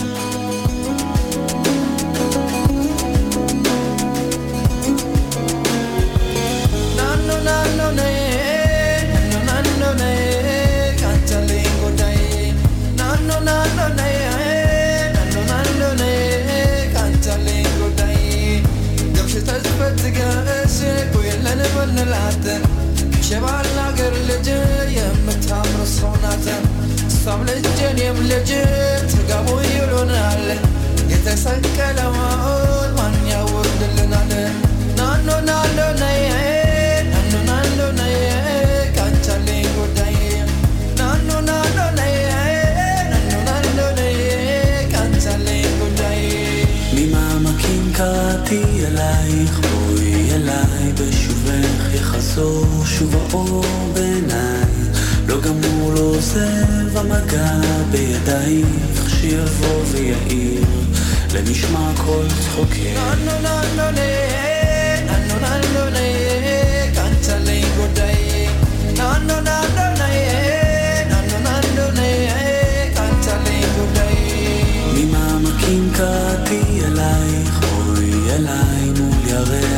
شبال ناقر لجي يمتامر صوناتا صام لجين يم لجي تقابو يلونال يتسكل وعود من يورد لنا نانو نانو نيه نانو نانو نيه كانتالي قداي نانو نانو نيه نانو نانو نيه كانتالي قداي ממעמקים קראתי אלייך בואי אליי בשובך יחזור שוב האור בעיניי לא גמור לא עוזב המגע בידייך שיבוא ויעיר למשמע כל צחוקך ננו ננו נה ננו ננו נה קנצלי גודאי ננו ננו נה ננו ננו נה קנצלי גודאי ממעמקים קראתי אלייך בואי אליי מול ירח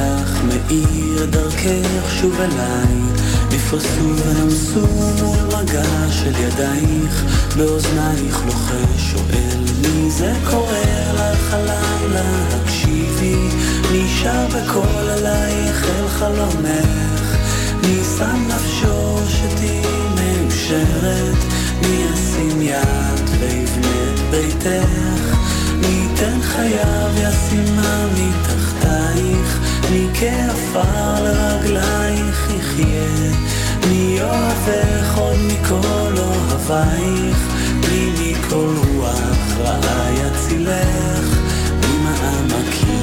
מאיר את דרכך שוב אליי, נפרסו ונמסו מול מגע של ידייך, באוזנייך לוחש שואל מי זה קורא לך הלילה, הקשיבי, מי שר בקול עלייך אל חלומך, מי שם נפשו שתהי מאושרת, מי ישים יד ויבנה את ביתך, מי ייתן חייו ישימה מתחתייך, מי כעפר לרגלייך יחיה, מי אוהבך עוד מכל אוהבייך, מי מכל רוח רעה יצילך, מי מעמקים.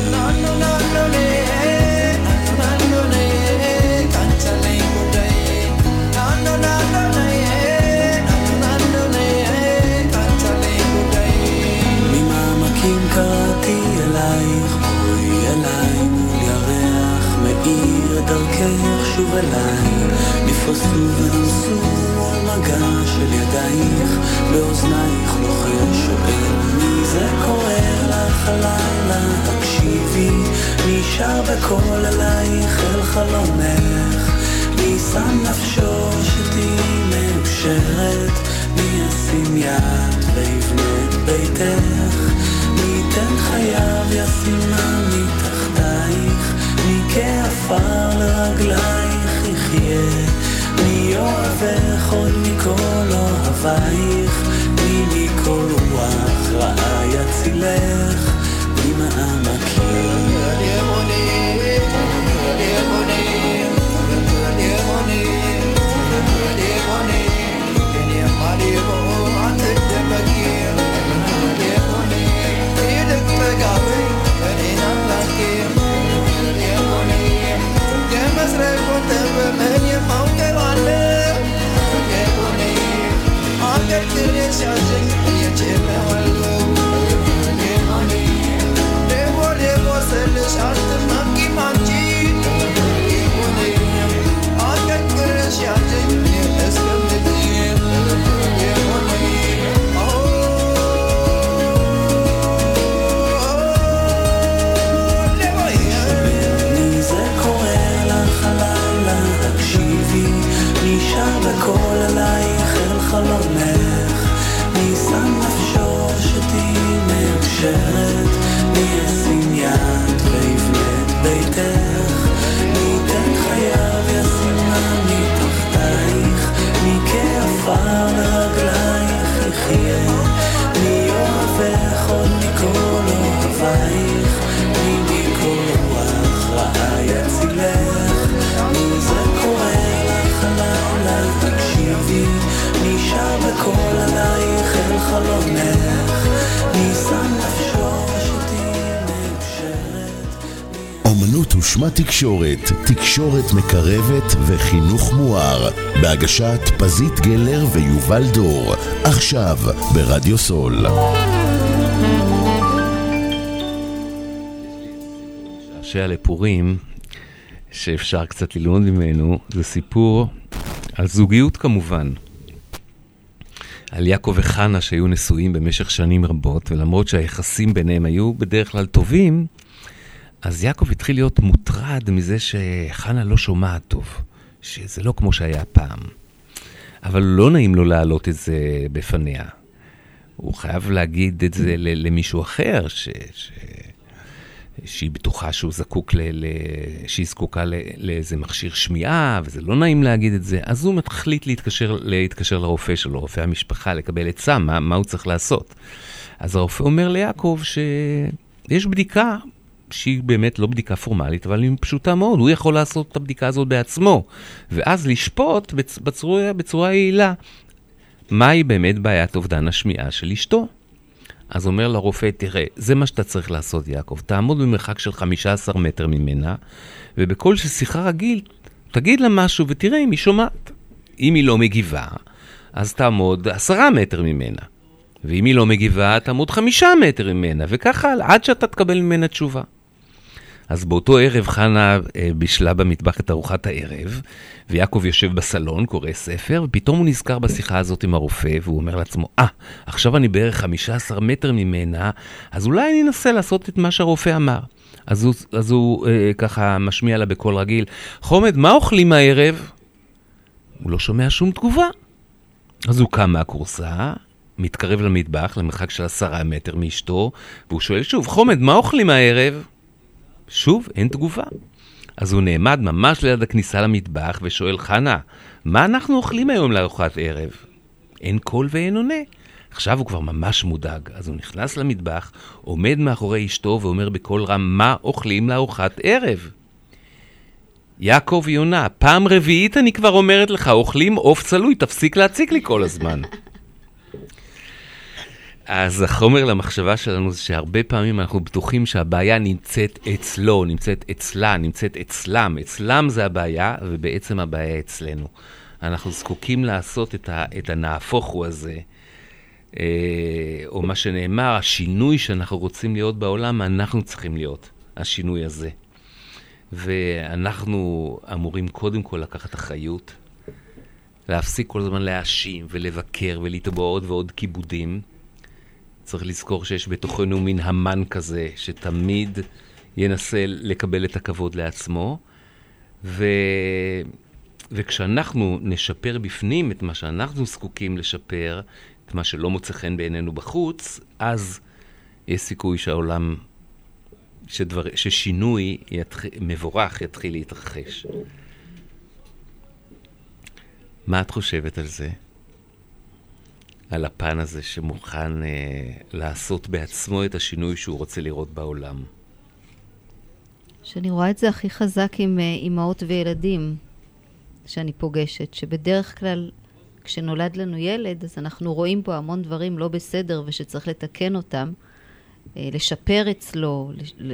ממעמקים קראתי אלייך, בואי אליי מול ירח, מאיר את דרכך שוב אליי, נפרסו ונמסו מול מגע של ידייך, באוזנייך לוחש שואל מי זה קורא לך הלילה, הקשיבי, מי שר בקול עלייך אל חלומך, מי שם נפשו שתהי מאושרת, מי ישים יד ויבנה את ביתך, מי ייתן חייו ישימה מתחתייך, מי כעפר לרגלייך יחיה, מי אוהבך עוד מכל אוהבייך, מי מכל רוח רעה יצילך, מי מעמקים. בקול עלייך אל חלומך, מי שם נפשו שתהי מאושרת, מי ישים יד ויבנה את ביתך, מי ייתן חייו ישימה מתחתייך, מי כעפר לרגלייך יחיה, מי אוהבך עוד מכל אוהבייך, מי מכל רוח רעה יצילך, מי זה קורא לך הלילה, תקשיבי, מי שר בקול עלייך אל חלומך, מי שם נפשו שתהי מאושרת. אומנות ושמה תקשורת, תקשורת מקרבת וחינוך מואר, בהגשת פזית גלר ויובל דור, עכשיו ברדיו סול. שעשע לפורים שאפשר קצת ללמוד ממנו, זה סיפור על זוגיות כמובן. על יעקב וחנה שהיו נשואים במשך שנים רבות, ולמרות שהיחסים ביניהם היו בדרך כלל טובים, אז יעקב התחיל להיות מוטרד מזה שחנה לא שומעת טוב, שזה לא כמו שהיה פעם. אבל לא נעים לו להעלות את זה בפניה. הוא חייב להגיד את זה למישהו אחר, שהיא בטוחה שהוא זקוק שהיא זקוקה לאיזה מכשיר שמיעה, וזה לא נעים להגיד את זה. אז הוא מתחליט להתקשר לרופא שלו, רופא המשפחה, לקבל עצה, מה הוא צריך לעשות. אז הרופא אומר ליעקב שיש בדיקה, שהיא באמת לא בדיקה פורמלית, אבל היא פשוטה מאוד. הוא יכול לעשות את הבדיקה הזאת בעצמו, ואז לשפוט בצורה יעילה. מהי באמת בעיית אובדן השמיעה של אשתו? אז אומר לרופא, תראה, זה מה שאתה צריך לעשות, יעקב. תעמוד במרחק של 15 מטר ממנה, ובכל ששיחה רגיל, תגיד לה משהו ותראה אם היא שומעת. אם היא לא מגיבה, אז תעמוד 10 מטר ממנה. ואם היא לא מגיבה, תעמוד 5 מטר ממנה, וככה עד שאתה תקבל ממנה תשובה. אז באותו ערב חנה בישלה במטבח את ארוחת הערב, ויעקב יושב בסלון, קורא ספר, ופתאום הוא נזכר בשיחה הזאת עם הרופא, והוא אומר לעצמו, עכשיו אני בערך 15 מטר ממנה, אז אולי אני אנסה לעשות את מה שהרופא אמר. אז הוא ככה משמיע לה בקול רגיל, חומד, מה אוכלים הערב? הוא לא שומע שום תגובה. אז הוא קם מהקורסה, מתקרב למטבח, למרחק של 10 מטר מאשתו, והוא שואל שוב, חומד, מה אוכלים הערב? שוב, אין תגובה. אז הוא נעמד ממש ליד הכניסה למטבח ושואל, חנה, מה אנחנו אוכלים היום לארוחת ערב? אין קול ואין עונה. עכשיו הוא כבר ממש מודאג, אז הוא נכנס למטבח, עומד מאחורי אשתו ואומר בקול רם, מה אוכלים לארוחת ערב? יעקב יונה, פעם רביעית אני כבר אומרת לך, אוכלים עוף צלוי, תפסיק להציק לי כל הזמן. אז החומר למחשבה שלנו זה שהרבה פעמים אנחנו בטוחים שהבעיה נמצאת אצלו, נמצאת אצלה, נמצאת אצלם. אצלם זה הבעיה, ובעצם הבעיה אצלנו. אנחנו זקוקים לעשות את הנהפוך הוא הזה, או מה שנאמר, השינוי שאנחנו רוצים להיות בעולם, אנחנו צריכים להיות השינוי הזה. ואנחנו אמורים קודם כל לקחת אחריות, להפסיק כל הזמן להאשים ולבקר ולתבוע עוד ועוד כיבודים. צריך לזכור שיש בתוכנו מין המן כזה, שתמיד ינסה לקבל את הכבוד לעצמו, וכשאנחנו נשפר בפנים את מה שאנחנו זקוקים לשפר, את מה שלא מוצא חן בעינינו בחוץ, אז יש סיכוי שהעולם, ששינוי מבורך יתחיל להתרחש. מה את חושבת על זה? על הפן הזה שמוכן לעשות בעצמו את השינוי שהוא רוצה לראות בעולם? שאני רואה את זה הכי חזק עם אמהות וילדים שאני פוגשת, שבדרך כלל כשנולד לנו ילד, אז אנחנו רואים פה המון דברים לא בסדר ושצריך לתקן אותם, לשפר אצלו,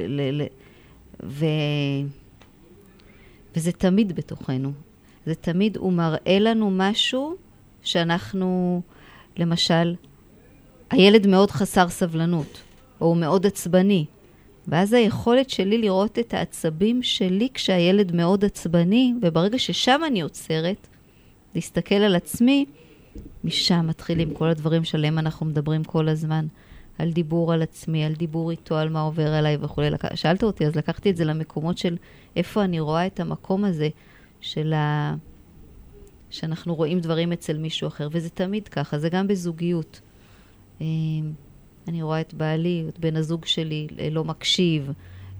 וזה תמיד בתוכנו. זה תמיד, הוא מראה לנו משהו שאנחנו, למשל, הילד מאוד חסר סבלנות, או הוא מאוד עצבני, ואז היכולת שלי לראות את העצבים שלי כשהילד מאוד עצבני, וברגע ששם אני עוצרת, להסתכל על עצמי, משם מתחילים כל הדברים שלהם אנחנו מדברים כל הזמן, על דיבור על עצמי, על דיבור איתו, על מה עובר עליי וכו'. שאלת אותי, אז לקחתי את זה למקומות של איפה אני רואה את המקום הזה, שאנחנו רואים דברים אצל מישהו אחר, וזה תמיד ככה, זה גם בזוגיות. אני רואה את בעלי, את בן הזוג שלי, לא מקשיב.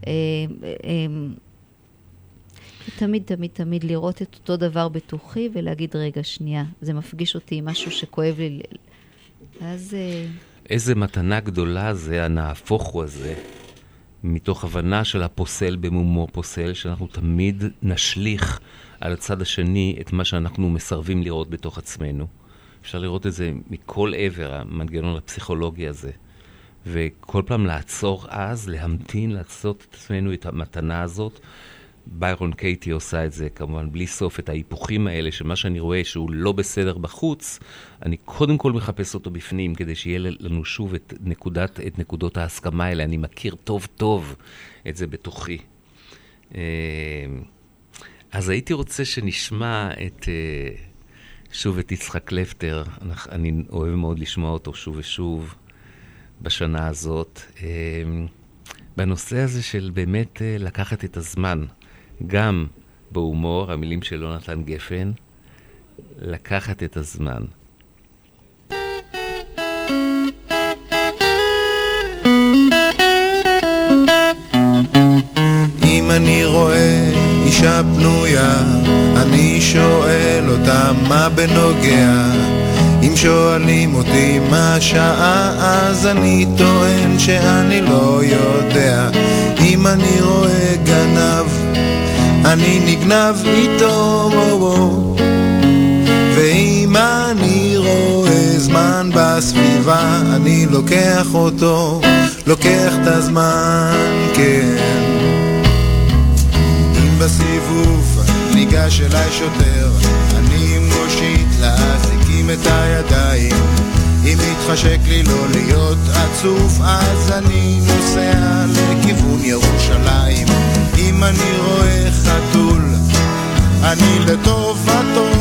תמיד לראות את אותו דבר בתוכי ולהגיד, רגע, שנייה, זה מפגיש אותי עם משהו שכואב לי. אז איזה מתנה גדולה זה הנהפוך הוא הזה, מתוך הבנה של הפוסל במומו פוסל, שאנחנו תמיד נשליך על הצד השני את מה שאנחנו מסרבים לראות בתוך עצמנו. אפשר לראות את זה מכל עבר, המנגנון הפסיכולוגי הזה. וכל פעם לעצור אז, להמתין, לעשות את עצמנו את המתנה הזאת. ביירון קייטי עושה את זה, כמובן, בלי סוף, את ההיפוכים האלה, שמה שאני רואה שהוא לא בסדר בחוץ, אני קודם כל מחפש אותו בפנים, כדי שיהיה לנו שוב את נקודות ההסכמה האלה. אני מכיר טוב טוב את זה בתוכי. אז הייתי רוצה שנשמע שוב את יצחק קלפטר. אני אוהב מאוד לשמוע אותו שוב ושוב בשנה הזאת. בנושא הזה של באמת לקחת את הזמן, גם בהומור, המילים של יונתן גפן, לקחת את הזמן. אם אני רואה אישה פנויה, אני שואל אותה מה בנוגע. אם שואלים אותי מה השעה, אז אני טוען שאני לא יודע. אם אני רואה גנב, אני נגנב איתו. ואם אני רואה זמן בסביבה, אני לוקח אותו, לוקח את הזמן, כן. אם בסיבוב ניגש אליי שוטר, אני עם גושית להזיקים את הידיים. אם מתחשק לי לא להיות עצוב, אז אני נוסע לכיוון ירושלים. אם אני רואה חתול, אני לטובתו,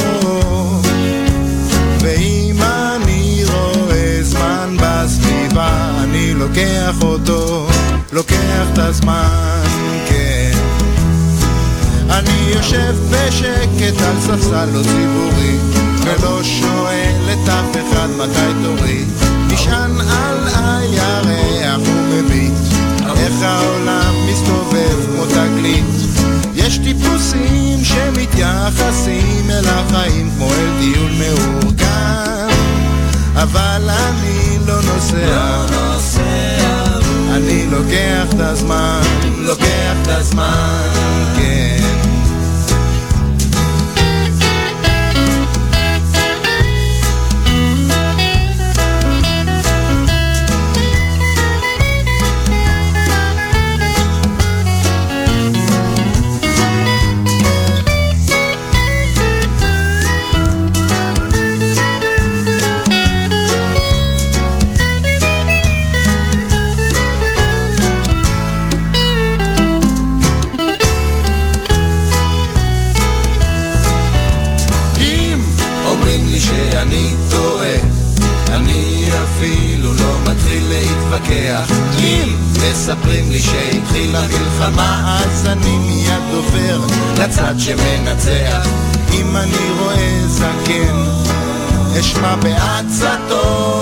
ואם אני רואה זמן בסביבה, אני לוקח אותו, לוקח את הזמן, כן. אני יושב בשקט על ספסל לא ציבורי, ולא שואל את אף אחד מתי תורי, נשען על הירח ומביט איך העולם מסתובב כמו תגלית. יש טיפוסים שמתייחסים אל החיים כמו אל טיול מאורגן, אבל אני לא נוסע, אני לוקח את הזמן, לוקח את הזמן, כן. אם מספרים לי שהתחילה מלחמה, אז אני מיד עובר לצד שמנצח. אם אני רואה זקן, אשמע בעצתו,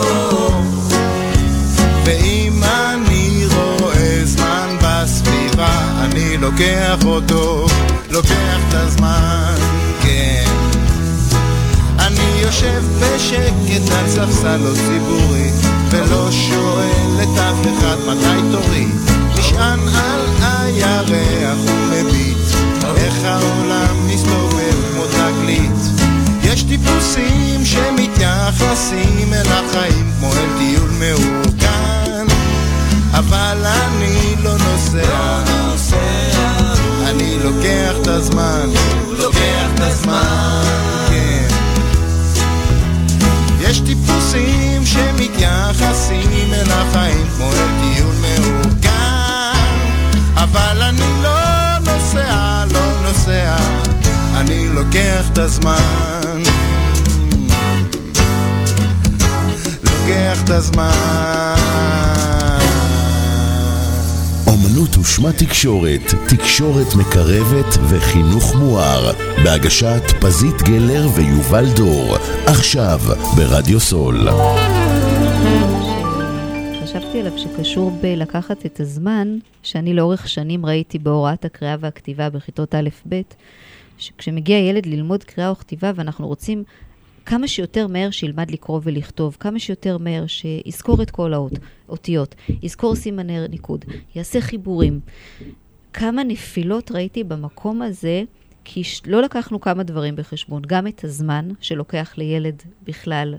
ואם אני רואה זמן בסביבה, אני לוקח אותו, לוקח את הזמן, כן. אני יושב בשקט על ספסל לא ציבורי, ולא שואל את אף אחד מתי תורי, נשען על הירח ומביט איך העולם מסתובב כמו תגלית. יש טיפוסים שמתייחסים אל החיים כמו אל טיול מאורגן, אבל אני לא נוסע, אני לוקח את הזמן, לוקח את הזמן, כן. יש טיפוסים שמתייחסים אל החיים כמו אל טיול מאורגן, אבל אני לא נוסע, לא נוסע, אני לוקח את הזמן, לוקח את הזמן. אומנות ושמה תקשורת, תקשורת מקרבת וחינוך מואר, בהגשת פזית גלר ויובל דור, עכשיו ברדיו סול. חשבתי עליו שקשור בלקחת את הזמן, שאני לאורך שנים ראיתי בהוראת הקריאה והכתיבה בכיתות א' ב', שכשמגיע ילד ללמוד קריאה וכתיבה ואנחנו רוצים כמה שיותר מהר שילמד לקרוא ולכתוב, כמה שיותר מהר שיזכור את כל האותיות, יזכור סימני ניקוד, יעשה חיבורים. כמה נפילות ראיתי במקום הזה, כי לא לקחנו כמה דברים בחשבון, גם את הזמן שלוקח לילד בכלל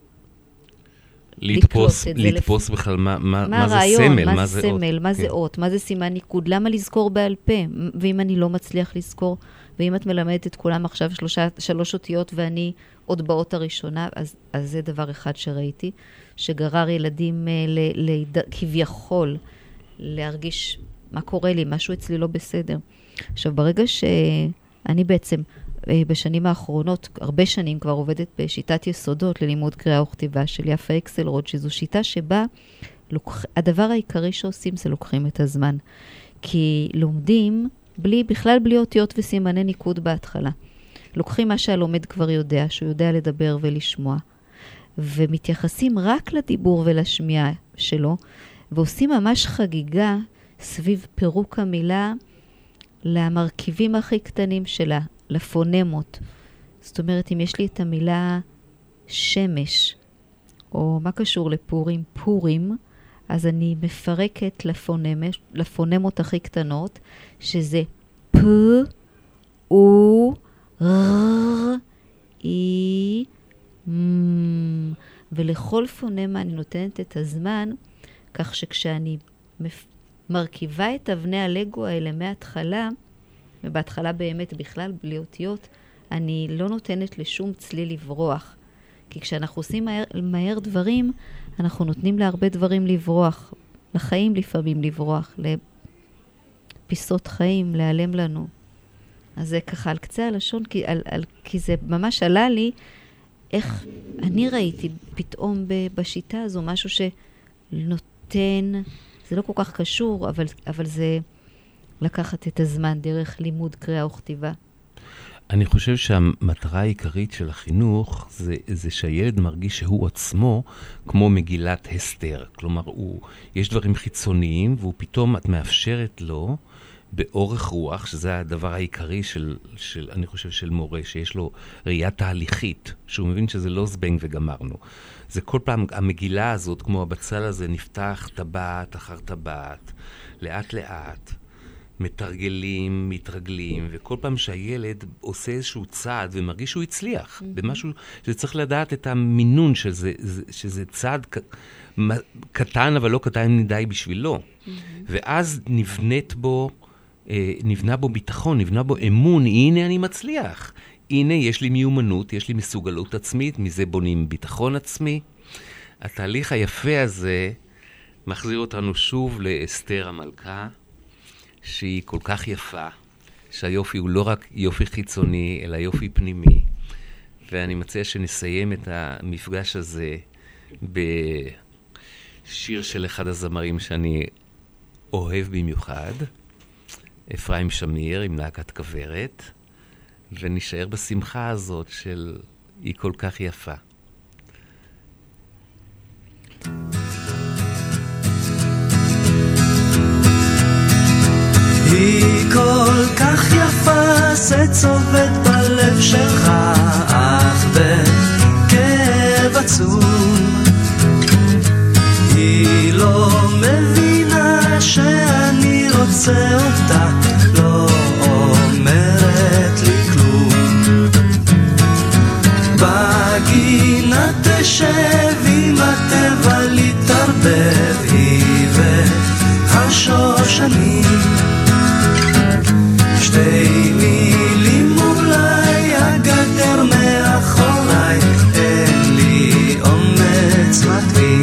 לתפוס בכלל מה זה סמל, מה זה סמל, מה זה אות, מה זה סימן ניקוד, למה לזכור בעל פה, ואם אני לא מצליח לזכור, ואם את מלמדת את כולם עכשיו 3 אותיות ואני עוד באות הראשונה, אז זה דבר אחד שראיתי, שגרר ילדים כביכול להרגיש מה קורה לי, משהו אצלי לא בסדר. עכשיו, ברגע שאני בעצם בשנים האחרונות, הרבה שנים כבר עובדת בשיטת יסודות ללימוד קריאה וכתיבה של יפה אקסלרוד, שזו שיטה שבה הדבר העיקרי שעושים זה לוקחים את הזמן. כי לומדים בכלל בלי אותיות וסימני ניקוד בהתחלה. לוקחים מה שהלומד כבר יודע, שהוא יודע לדבר ולשמוע, ומתייחסים רק לדיבור ולשמיעה שלו, ועושים ממש חגיגה סביב פירוק המילה למרכיבים הכי קטנים שלה, לפונמות. זאת אומרת, אם יש לי את המילה שמש, או מה קשור לפורים, פורים, אז אני מפרקת לפונמות הכי קטנות, שזה פ, או, ר, אי, ולכל פונמה אני נותנת את הזמן, כך שכשאני מרכיבה את אבני הלגו האלה מההתחלה, ובהתחלה באמת בכלל בלי אותיות, אני לא נותנת לשום צליל לברוח. כי כשאנחנו עושים מהר דברים, אנחנו נותנים להרבה דברים לברוח. לחיים לפעמים לברוח, פיסות חיים להיעלם לנו. אז זה ככה על קצה הלשון, כי זה ממש עלה לי, איך אני ראיתי פתאום בשיטה הזו, משהו שנותן, זה לא כל כך קשור, אבל זה לקחת את הזמן דרך לימוד, קריאה וכתיבה. אני חושב שהמטרה העיקרית של החינוך זה שהילד מרגיש שהוא עצמו כמו מגילת אסתר. כלומר, יש דברים חיצוניים, והוא פתאום, את מאפשרת לו באורך רוח, שזה הדבר העיקרי אני חושב, של מורה, שיש לו ראייה תהליכית, שהוא מבין שזה לא זבנג וגמרנו. זה כל פעם, המגילה הזאת, כמו הבצל הזה, נפתח טבעת אחר טבעת, לאט לאט. מתרגלים, מתרגלים, וכל פעם שהילד עושה איזשהו צעד ומרגיש שהוא הצליח, במשהו שצריך לדעת את המינון שזה צעד קטן, אבל לא קטן מדי בשבילו. ואז נבנה בו ביטחון, נבנה בו אמון, הנה אני מצליח. הנה יש לי מיומנות, יש לי מסוגלות עצמית, מזה בונים ביטחון עצמי. התהליך היפה הזה מחזיר אותנו שוב לאסתר המלכה, שהיא כל כך יפה, שהיופי הוא לא רק יופי חיצוני, אלא יופי פנימי. ואני מציע שנסיים את המפגש הזה בשיר של אחד הזמרים שאני אוהב במיוחד, אפרים שמיר עם להקת כוורת, ונשאר בשמחה הזאת של היא כל כך יפה. היא כל כך יפה, זה צובט בלב שלך, אך בכאב עצום. היא לא מבינה שאני רוצה אותה, לא אומרת לי כלום. בגינה תשב עם הטבע להתערבב, היא והשושנים. שתי מילים אולי, הגדר מאחוריי, אין לי אומץ מתאים.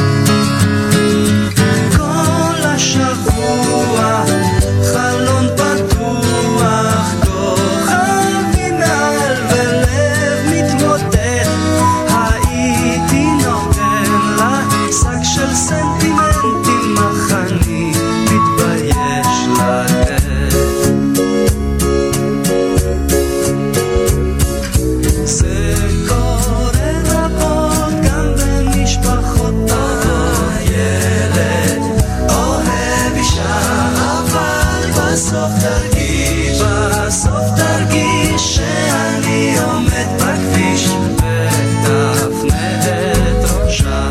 כל השבוע חלון פתוח, כוכבים מעל ולב מתמוטט. הייתי נותן לה שק של סנטימנטים, אך אני מתבייש לתת. בסוף תרגיש שאני עומד בכביש ותפנה את ראשה.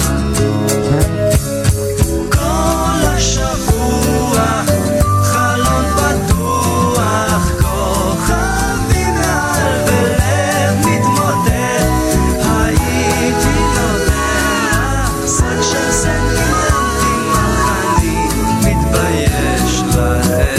כל השבוע חלון פתוח, כוכבים מעל ולב מתמודד. הייתי נותן לך שק של סנטימנטים, אך אני מתבייש לתת.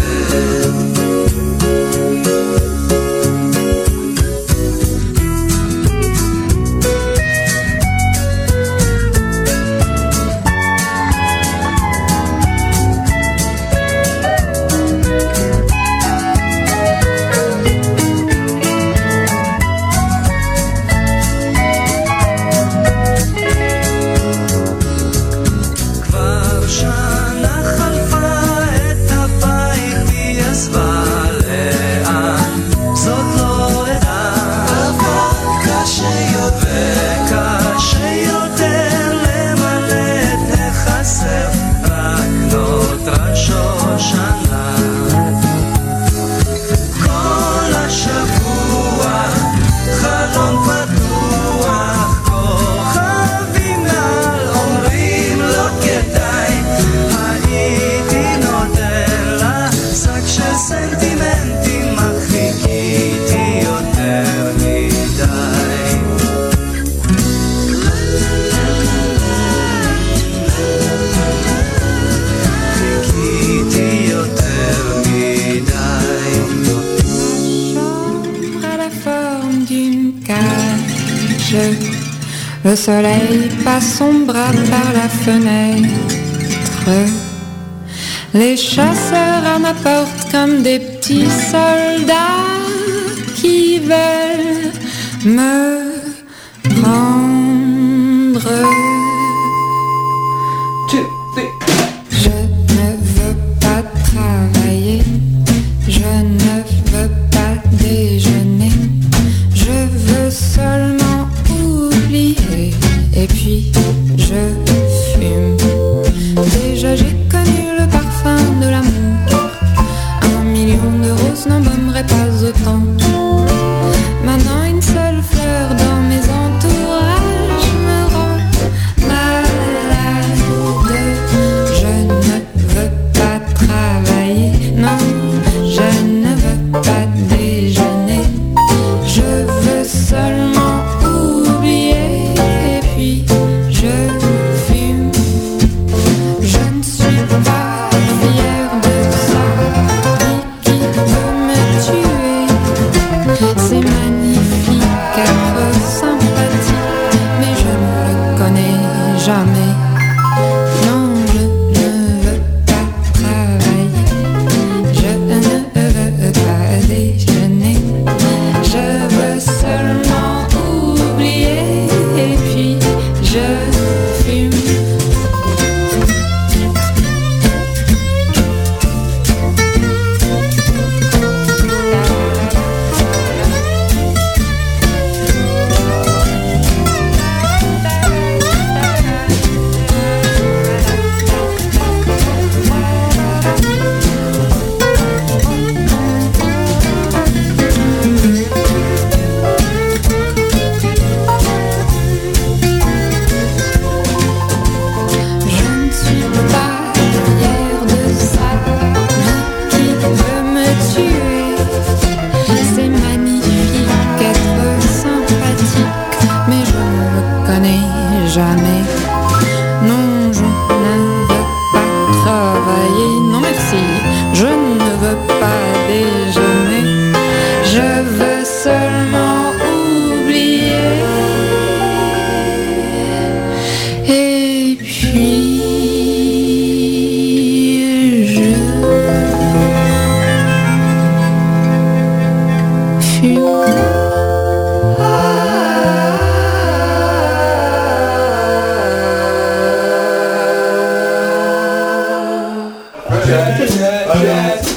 Le soleil passe son bras par la fenêtre. Les chasseurs à ma porte comme des petits soldats qui veulent me prendre. Je ne veux pas travailler, je ne veux pas déjeuner, je veux seulement oublier et puis je fume. Déjà j'ai connu le parfum de l'amour, 1 million de roses n'embaumeraient pas autant. Maintenant une seule fleur dans mes entourages me rend malade. Je ne veux pas travailler, non, je ne veux pas déjeuner, je veux seulement oublier et puis je fume. Je ne suis pas fière de ça, qui veut me tuer. C'est magnifique être sympathique, mais je ne le connais jamais. Non, je ne veux pas travailler, je ne veux pas déjeuner, je veux seulement oublier et puis je fume. Je ne suis pas fière de ça, qui veut me tuer. C'est magnifique être sympathique, mais je ne le connais jamais. Non, je ne veux pas travailler, non merci. Je ne veux pas déjeuner, je veux seulement oublier. Et puis je fume.